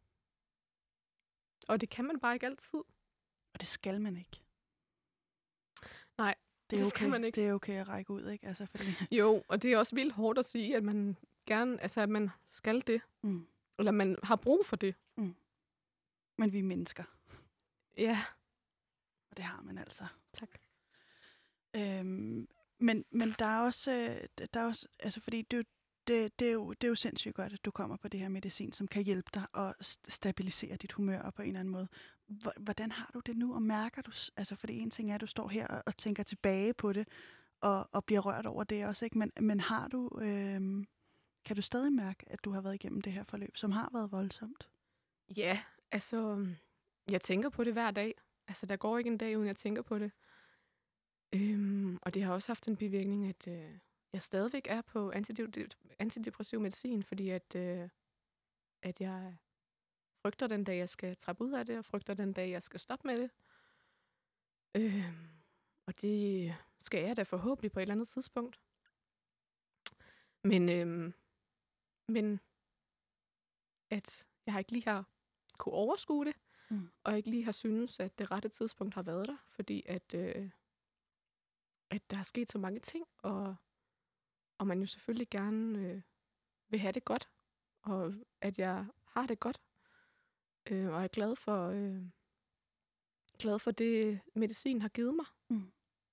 Og det kan man bare ikke altid. Og det skal man ikke. Nej, det, er det skal okay. man ikke. Det er okay at række ud, ikke? Altså, fordi... Jo, og det er også vildt hårdt at sige, at man gerne, altså at man skal det. Mm. Eller man har brug for det. Mm. Men vi er mennesker. Ja. Og det har man altså. Tak. Øhm, men, men der er også, øh, der er også altså fordi det, det, det, er jo, det er jo sindssygt godt, at du kommer på det her medicin, som kan hjælpe dig og stabilisere dit humør på en eller anden måde. Hvordan har du det nu, og mærker du, altså fordi en ting er, at du står her og, og tænker tilbage på det, og, og bliver rørt over det også, ikke? Men, men har du, øhm, kan du stadig mærke, at du har været igennem det her forløb, som har været voldsomt? Ja, altså, jeg tænker på det hver dag. Altså, der går ikke en dag, uden jeg tænker på det. Øhm, og det har også haft en bivirkning, at øh, jeg stadigvæk er på antidep- antidepressiv medicin, fordi at, øh, at jeg frygter den dag, jeg skal trappe ud af det, og frygter den dag, jeg skal stoppe med det. Øhm, og det skal jeg da forhåbentlig på et eller andet tidspunkt. Men, øhm, men at jeg har ikke lige har kunne overskue det, Mm. og ikke lige har synes, at det rette tidspunkt har været der, fordi at, øh, at der er sket så mange ting, og, og man jo selvfølgelig gerne øh, vil have det godt, og at jeg har det godt, øh, og er glad for, øh, glad for det, medicin har givet mig. Mm.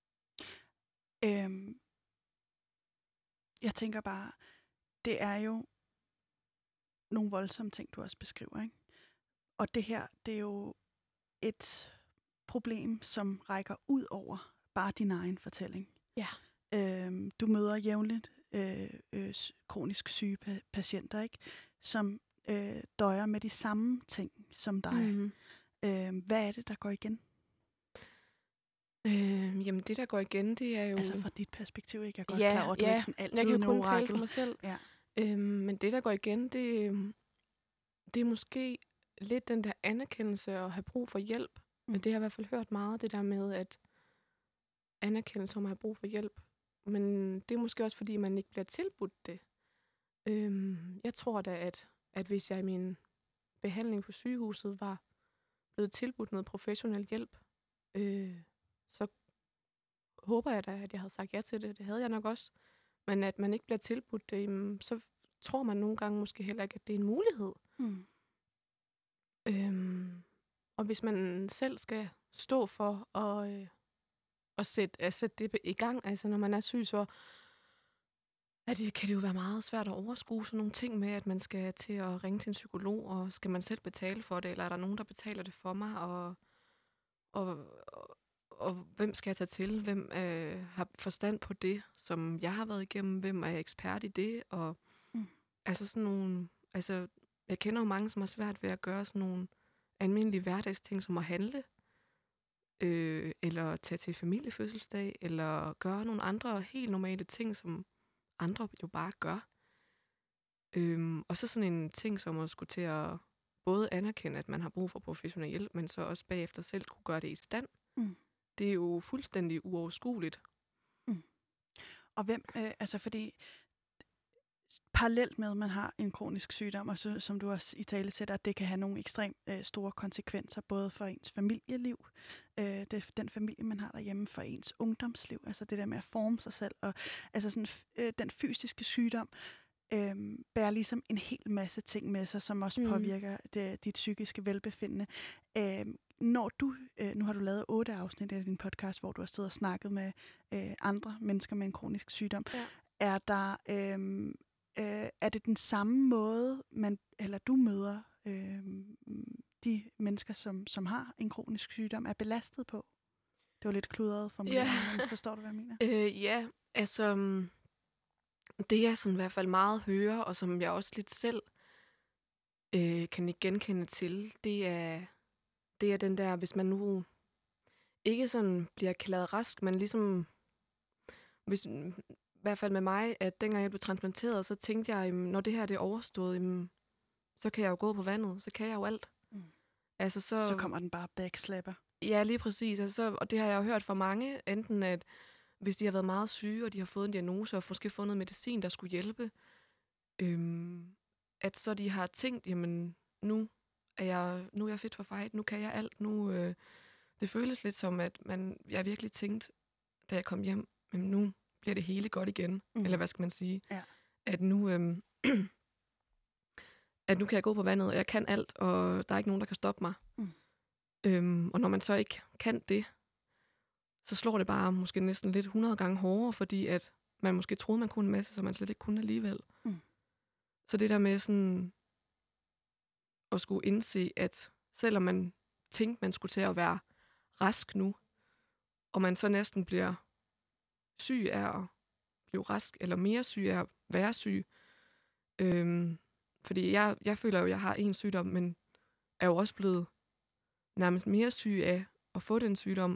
Øhm, jeg tænker bare, det er jo nogle voldsomme ting, du også beskriver, ikke? Og det her, det er jo et problem, som rækker ud over bare din egen fortælling. Ja. Øhm, du møder jævnligt øh, øh, kronisk syge pa- patienter, ikke? Som øh, døjer med de samme ting som dig. Mm-hmm. Øhm, hvad er det, der går igen? Øh, jamen det, der går igen, det er jo... Altså fra dit perspektiv, ikke? Jeg er godt ja, klar over, at du ja, er ikke sådan alt jeg kan jo kun orakel. tale for mig selv. Ja. Øhm, men det, der går igen, det, det er måske lidt den der anerkendelse og have brug for hjælp. Mm. Det har jeg i hvert fald hørt meget, det der med, at anerkendelse om at have brug for hjælp. Men det er måske også, fordi man ikke bliver tilbudt det. Øhm, jeg tror da, at, at hvis jeg i min behandling på sygehuset var blevet tilbudt noget professionel hjælp, øh, så håber jeg da, at jeg havde sagt ja til det. Det havde jeg nok også. Men at man ikke bliver tilbudt det, jamen, så tror man nogle gange måske heller ikke, at det er en mulighed. Mm. Øhm, og hvis man selv skal stå for at, øh, at, sætte, at sætte det i gang, altså når man er syg, så er det, kan det jo være meget svært at overskue sådan nogle ting med, at man skal til at ringe til en psykolog, og skal man selv betale for det, eller er der nogen, der betaler det for mig, og, og, og, og hvem skal jeg tage til? Hvem øh, har forstand på det, som jeg har været igennem? Hvem er ekspert i det? Og Mm. altså sådan nogle, altså jeg kender jo mange, som har svært ved at gøre sådan nogle almindelige hverdagsting, som at handle, øh, eller tage til familiefødselsdag, eller gøre nogle andre helt normale ting, som andre jo bare gør. Øhm, og så sådan en ting, som at skulle til at både anerkende, at man har brug for professionel hjælp, men så også bagefter selv kunne gøre det i stand. Mm. Det er jo fuldstændig uoverskueligt. Mm. Og hvem, øh, altså fordi parallelt med, at man har en kronisk sygdom, og så, som du også i tale sætter, at det kan have nogle ekstremt øh, store konsekvenser, både for ens familieliv, øh, det, den familie, man har derhjemme, for ens ungdomsliv, altså det der med at forme sig selv, og altså sådan, øh, den fysiske sygdom øh, bærer ligesom en hel masse ting med sig, som også mm. påvirker det, dit psykiske velbefindende. Øh, når du, øh, nu har du lavet otte afsnit af din podcast, hvor du har siddet og snakket med øh, andre mennesker med en kronisk sygdom, ja. er der... Øh, Øh, er det den samme måde, man eller du møder øh, de mennesker, som, som har en kronisk sygdom, er belastet på? Det var lidt kludret for mig, ja. men forstår du, hvad jeg mener? Øh, ja, altså det jeg sådan i hvert fald meget hører, og som jeg også lidt selv øh, kan ikke genkende til, det er, det er den der, hvis man nu ikke sådan bliver erklæret rask, men ligesom, hvis, i hvert fald med mig, at dengang jeg blev transplanteret, så tænkte jeg, jamen, når det her det er overstået, jamen, så kan jeg jo gå på vandet, så kan jeg jo alt. Mm. Altså, så, så kommer den bare backslapper. Ja, lige præcis. Altså, så, og det har jeg jo hørt fra mange, enten at hvis de har været meget syge, og de har fået en diagnose, og måske fået noget medicin, der skulle hjælpe, øhm, at så de har tænkt, jamen, nu er jeg, nu er jeg fit for fight, nu kan jeg alt, nu, øh, det føles lidt som, at man, jeg virkelig tænkte, da jeg kom hjem, jamen, nu bliver det hele godt igen, mm. eller hvad skal man sige, ja. at nu, øhm, at nu kan jeg gå på vandet, og jeg kan alt, og der er ikke nogen, der kan stoppe mig. Mm. Øhm, og når man så ikke kan det, så slår det bare måske næsten lidt hundrede gange hårdere, fordi at man måske troede, man kunne en masse, så man slet ikke kunne alligevel. Mm. Så det der med sådan at skulle indse, at selvom man tænkte, man skulle til at være rask nu, og man så næsten bliver syg af at blive rask, eller mere syg af at være syg. Øhm, fordi jeg, jeg føler jo, at jeg har en sygdom, men er jo også blevet nærmest mere syg af at få den sygdom,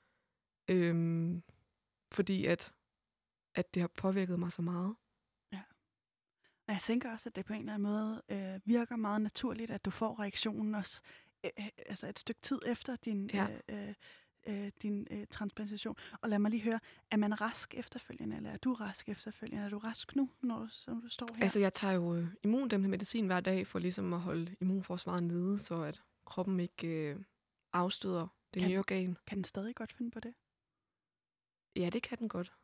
øhm, fordi at, at det har påvirket mig så meget. Ja. Og jeg tænker også, at det på en eller anden måde øh, virker meget naturligt, at du får reaktionen også øh, altså et stykke tid efter din, ja. øh, øh, din øh, transplantation. Og lad mig lige høre, er man rask efterfølgende, eller er du rask efterfølgende? Er du rask nu, når du, som du står her? Altså, jeg tager jo øh, immundæmpende medicin hver dag, for ligesom at holde immunforsvaret nede, så at kroppen ikke øh, afstøder det Kan- nye organ. Kan den stadig godt finde på det? Ja, det kan den godt.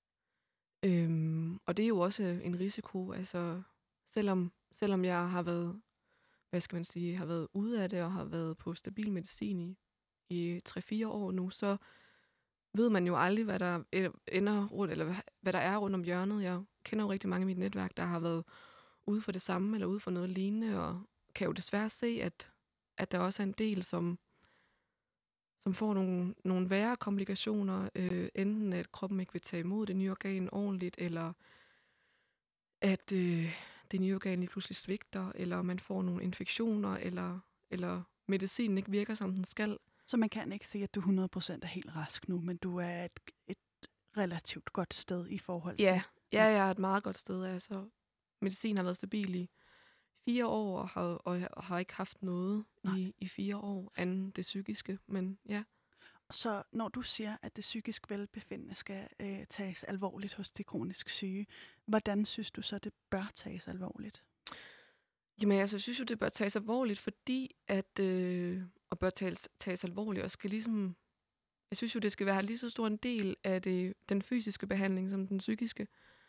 Øhm, og det er jo også en risiko, altså selvom, selvom jeg har været, hvad skal man sige, har været ude af det og har været på stabil medicin i, i tre fire år nu, så ved man jo aldrig, hvad der ender rundt, eller hvad, hvad der er rundt om hjørnet. Jeg kender jo rigtig mange i mit netværk, der har været ude for det samme, eller ude for noget lignende, og kan jo desværre se, at, at der også er en del, som, som får nogle, nogle værre komplikationer, øh, enten at kroppen ikke vil tage imod det nye organ ordentligt, eller at øh, det nye organ lige pludselig svigter, eller man får nogle infektioner, eller, eller medicinen ikke virker, som den skal. Så man kan ikke sige, at du hundrede procent er helt rask nu, men du er et, et relativt godt sted i forhold til... Ja, ja, jeg er et meget godt sted. Altså, medicin har været stabil i fire år, og har, og jeg har ikke haft noget i, i fire år, anden det psykiske, men ja. Så når du siger, at det psykisk velbefindende skal øh, tages alvorligt hos de kronisk syge, hvordan synes du så, det bør tages alvorligt? Jamen, altså, jeg synes jo, det bør tages alvorligt, fordi at... Øh, og bør tages, tages alvorligt, og skal ligesom... Jeg synes jo, det skal være lige så stor en del af det, den fysiske behandling som den psykiske.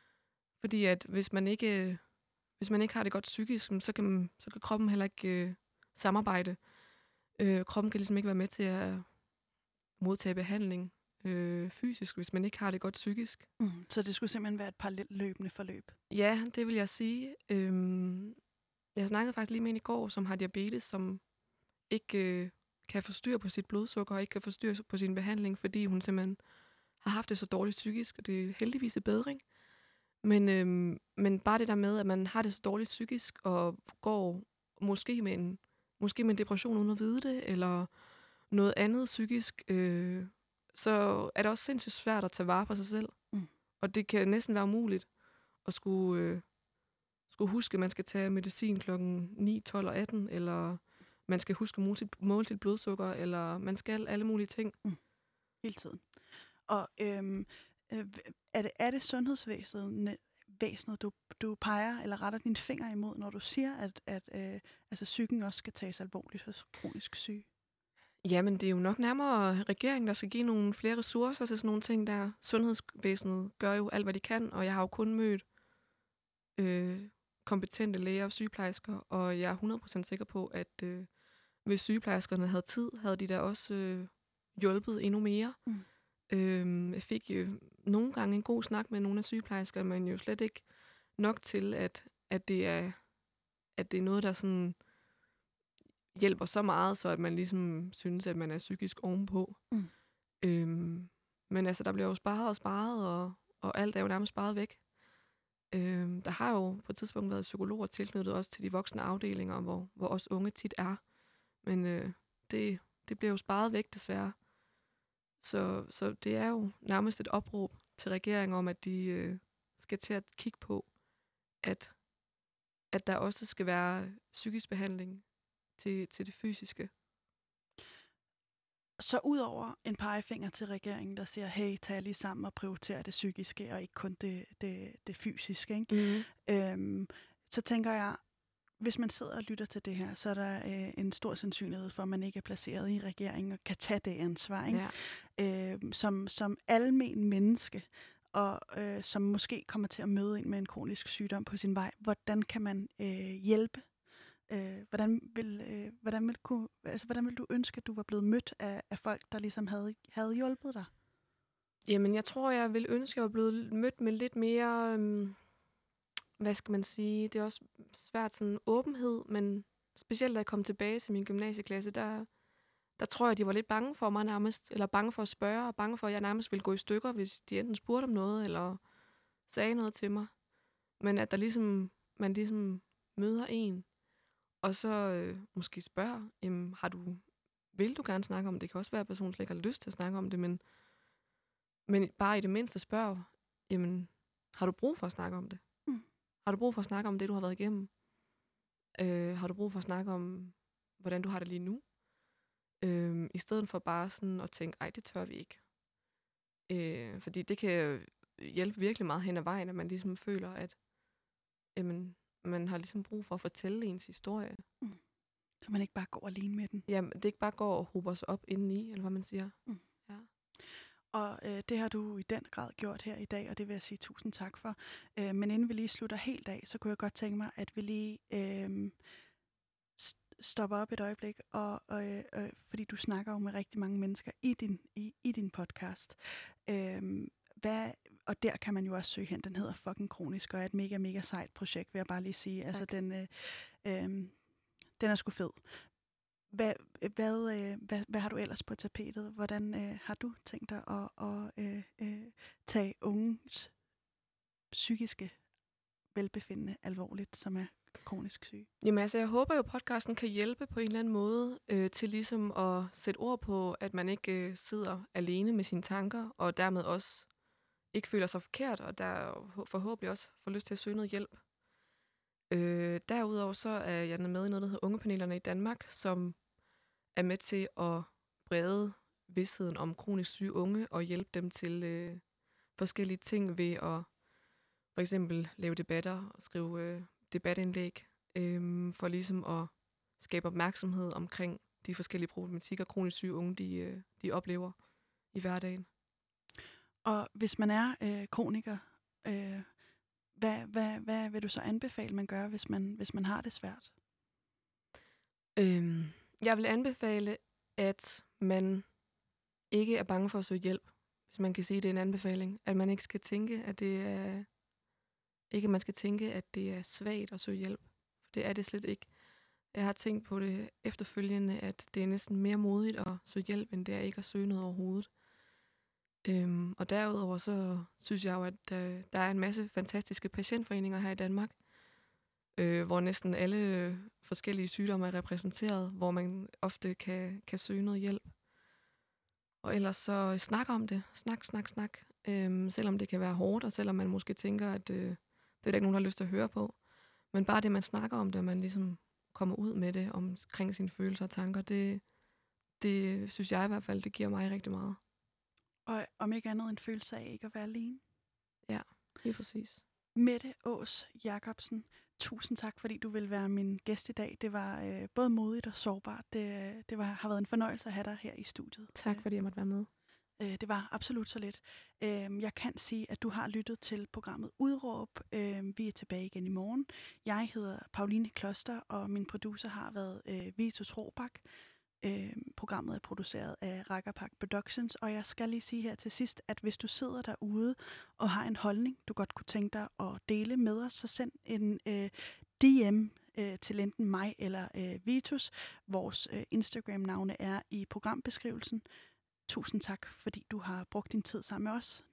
Fordi at hvis man ikke, hvis man ikke har det godt psykisk, så kan, man, så kan kroppen heller ikke øh, samarbejde. Øh, kroppen kan ligesom ikke være med til at modtage behandling øh, fysisk, hvis man ikke har det godt psykisk. Mm, så det skulle simpelthen være et parallelløbende forløb? Ja, det vil jeg sige. Øhm, jeg snakkede faktisk lige med en i går, som har diabetes, som ikke øh, kan få styr på sit blodsukker og ikke kan få styr på sin behandling, fordi hun simpelthen har haft det så dårligt psykisk, og det er heldigvis i bedring. Men, øhm, men bare det der med, at man har det så dårligt psykisk og går måske med en, måske med en depression uden at vide det, eller noget andet psykisk, øh, så er det også sindssygt svært at tage vare på sig selv. Mm. Og det kan næsten være umuligt at skulle, øh, skulle huske, at man skal tage medicin klokken ni, tolv og atten, eller man skal huske at måle sit, måle sit blodsukker, eller man skal alle mulige ting. Mm. Hele tiden. Og øhm, øh, er, det, er det sundhedsvæsenet, væsenet, du, du peger eller retter dine fingre imod, når du siger, at, at øh, altså, psyken også skal tages alvorligt hos kronisk syge? Jamen, det er jo nok nærmere regeringen, der skal give nogle flere ressourcer til sådan nogle ting der. Sundhedsvæsenet gør jo alt, hvad de kan, og jeg har jo kun mødt øh, kompetente læger og sygeplejersker, og jeg er hundrede procent sikker på, at øh, hvis sygeplejerskerne havde tid, havde de da også øh, hjulpet endnu mere. Mm. Øh, jeg fik jo nogle gange en god snak med nogle af sygeplejerskerne, men jo slet ikke nok til, at, at, det, er, at det er noget, der sådan hjælper så meget, så at man ligesom synes, at man er psykisk ovenpå. Mm. Øhm, men altså, der bliver jo sparet og sparet, og, og alt er jo nærmest sparet væk. Øhm, der har jo på et tidspunkt været psykologer tilknyttet også til de voksne afdelinger, hvor, hvor os unge tit er. Men øh, det, det bliver jo sparet væk, desværre. Så, så det er jo nærmest et opråb til regeringen om, at de øh, skal til at kigge på, at, at der også skal være psykisk behandling til, til det fysiske. Så udover en pegefinger til regeringen, der siger, hey, tag lige sammen og prioriter det psykiske, og ikke kun det, det, det fysiske, ikke? Mm. Øhm, så tænker jeg, hvis man sidder og lytter til det her, så er der øh, en stor sandsynlighed for, at man ikke er placeret i regeringen og kan tage det ansvar, ikke? Ja. Øhm, som, som almen menneske, og øh, som måske kommer til at møde en med en kronisk sygdom på sin vej, hvordan kan man øh, hjælpe? Øh, hvordan, vil, øh, hvordan, vil kunne, altså, hvordan vil du ønske, at du var blevet mødt af, af folk, der ligesom havde, havde hjulpet dig? Jamen, jeg tror, jeg vil ønske, at jeg var blevet mødt med lidt mere, øhm, hvad skal man sige, det er også svært sådan åbenhed, men specielt da jeg kom tilbage til min gymnasieklasse, der, der tror jeg, de var lidt bange for mig nærmest, eller bange for at spørge, og bange for, at jeg nærmest ville gå i stykker, hvis de enten spurgte om noget, eller sagde noget til mig. Men at der ligesom, man ligesom møder en, og så øh, måske spørger, jamen, har du, vil du gerne snakke om det? Det kan også være, at personen slet ikke har lyst til at snakke om det, men, men bare i det mindste spørg, jamen, har du brug for at snakke om det? Mm. Har du brug for at snakke om det, du har været igennem? Øh, har du brug for at snakke om, hvordan du har det lige nu? Øhm, I stedet for bare sådan at tænke, ej, det tør vi ikke. Øh, fordi det kan hjælpe virkelig meget hen ad vejen, at man ligesom føler, at jamen, man har ligesom brug for at fortælle ens historie. Mm. Så man ikke bare går alene med den. Jamen, det ikke bare går og hober sig op indeni, eller hvad man siger. Mm. Ja. Og øh, det har du i den grad gjort her i dag, og det vil jeg sige tusind tak for. Øh, men inden vi lige slutter helt af, så kunne jeg godt tænke mig, at vi lige øh, st- stopper op et øjeblik, og, og, øh, fordi du snakker jo med rigtig mange mennesker i din, i, i din podcast. Øh, hvad, og der kan man jo også søge hen. Den hedder Fucking Kronisk, og er et mega, mega sejt projekt, vil jeg bare lige sige. Tak. Altså, den, øh, øh, den er sgu fed. Hvad, hvad, øh, hvad, hvad har du ellers på tapetet? Hvordan øh, har du tænkt dig at, at øh, øh, tage unges psykiske velbefindende alvorligt, som er kronisk syge? Jamen altså, jeg håber jo, at podcasten kan hjælpe på en eller anden måde øh, til ligesom at sætte ord på, at man ikke øh, sidder alene med sine tanker, og dermed også ikke føler sig forkert, og der forhåbentlig også får lyst til at søge noget hjælp. Øh, derudover så er jeg med i noget, der hedder Ungepanelerne i Danmark, som er med til at brede vidstheden om kronisk syge unge og hjælpe dem til øh, forskellige ting ved at for eksempel lave debatter og skrive øh, debatindlæg øh, for ligesom at skabe opmærksomhed omkring de forskellige problematikker, kronisk syge unge de, øh, de oplever i hverdagen. Og hvis man er øh, kroniker, øh, hvad, hvad, hvad vil du så anbefale, man gør, hvis man, hvis man har det svært? Øhm, jeg vil anbefale, at man ikke er bange for at søge hjælp, hvis man kan sige, at det er en anbefaling. At man ikke skal tænke, at det er ikke at man skal tænke, at det er svagt at søge hjælp. For det er det slet ikke. Jeg har tænkt på det efterfølgende, at det er næsten mere modigt at søge hjælp, end det er ikke at søge noget overhovedet. Øhm, og derudover så synes jeg jo, at øh, der er en masse fantastiske patientforeninger her i Danmark, øh, hvor næsten alle øh, forskellige sygdomme er repræsenteret, hvor man ofte kan, kan søge noget hjælp. Og ellers så øh, snak om det. Snak, snak, snak. Øhm, selvom det kan være hårdt, og selvom man måske tænker, at øh, det er der ikke nogen, der har lyst til at høre på. Men bare det, man snakker om det, og man ligesom kommer ud med det omkring sine følelser og tanker, det, det synes jeg i hvert fald, det giver mig rigtig meget. Og om ikke andet en følelse af ikke at være alene. Ja, lige præcis. Mette Aas Jacobsen, tusind tak, fordi du vil være min gæst i dag. Det var øh, både modigt og sårbart. Det, det var, har været en fornøjelse at have dig her i studiet. Tak, fordi jeg måtte være med. Øh, det var absolut så lidt. Øh, jeg kan sige, at du har lyttet til programmet Udråb. Øh, vi er tilbage igen i morgen. Jeg hedder Pauline Kloster, og min producer har været øh, Vitus Robak. Øh, programmet er produceret af Rakkerpak Productions, og jeg skal lige sige her til sidst, at hvis du sidder derude og har en holdning, du godt kunne tænke dig at dele med os, så send en øh, D M øh, til enten mig eller øh, Vitus. Vores øh, Instagram-navne er i programbeskrivelsen. Tusind tak, fordi du har brugt din tid sammen med os.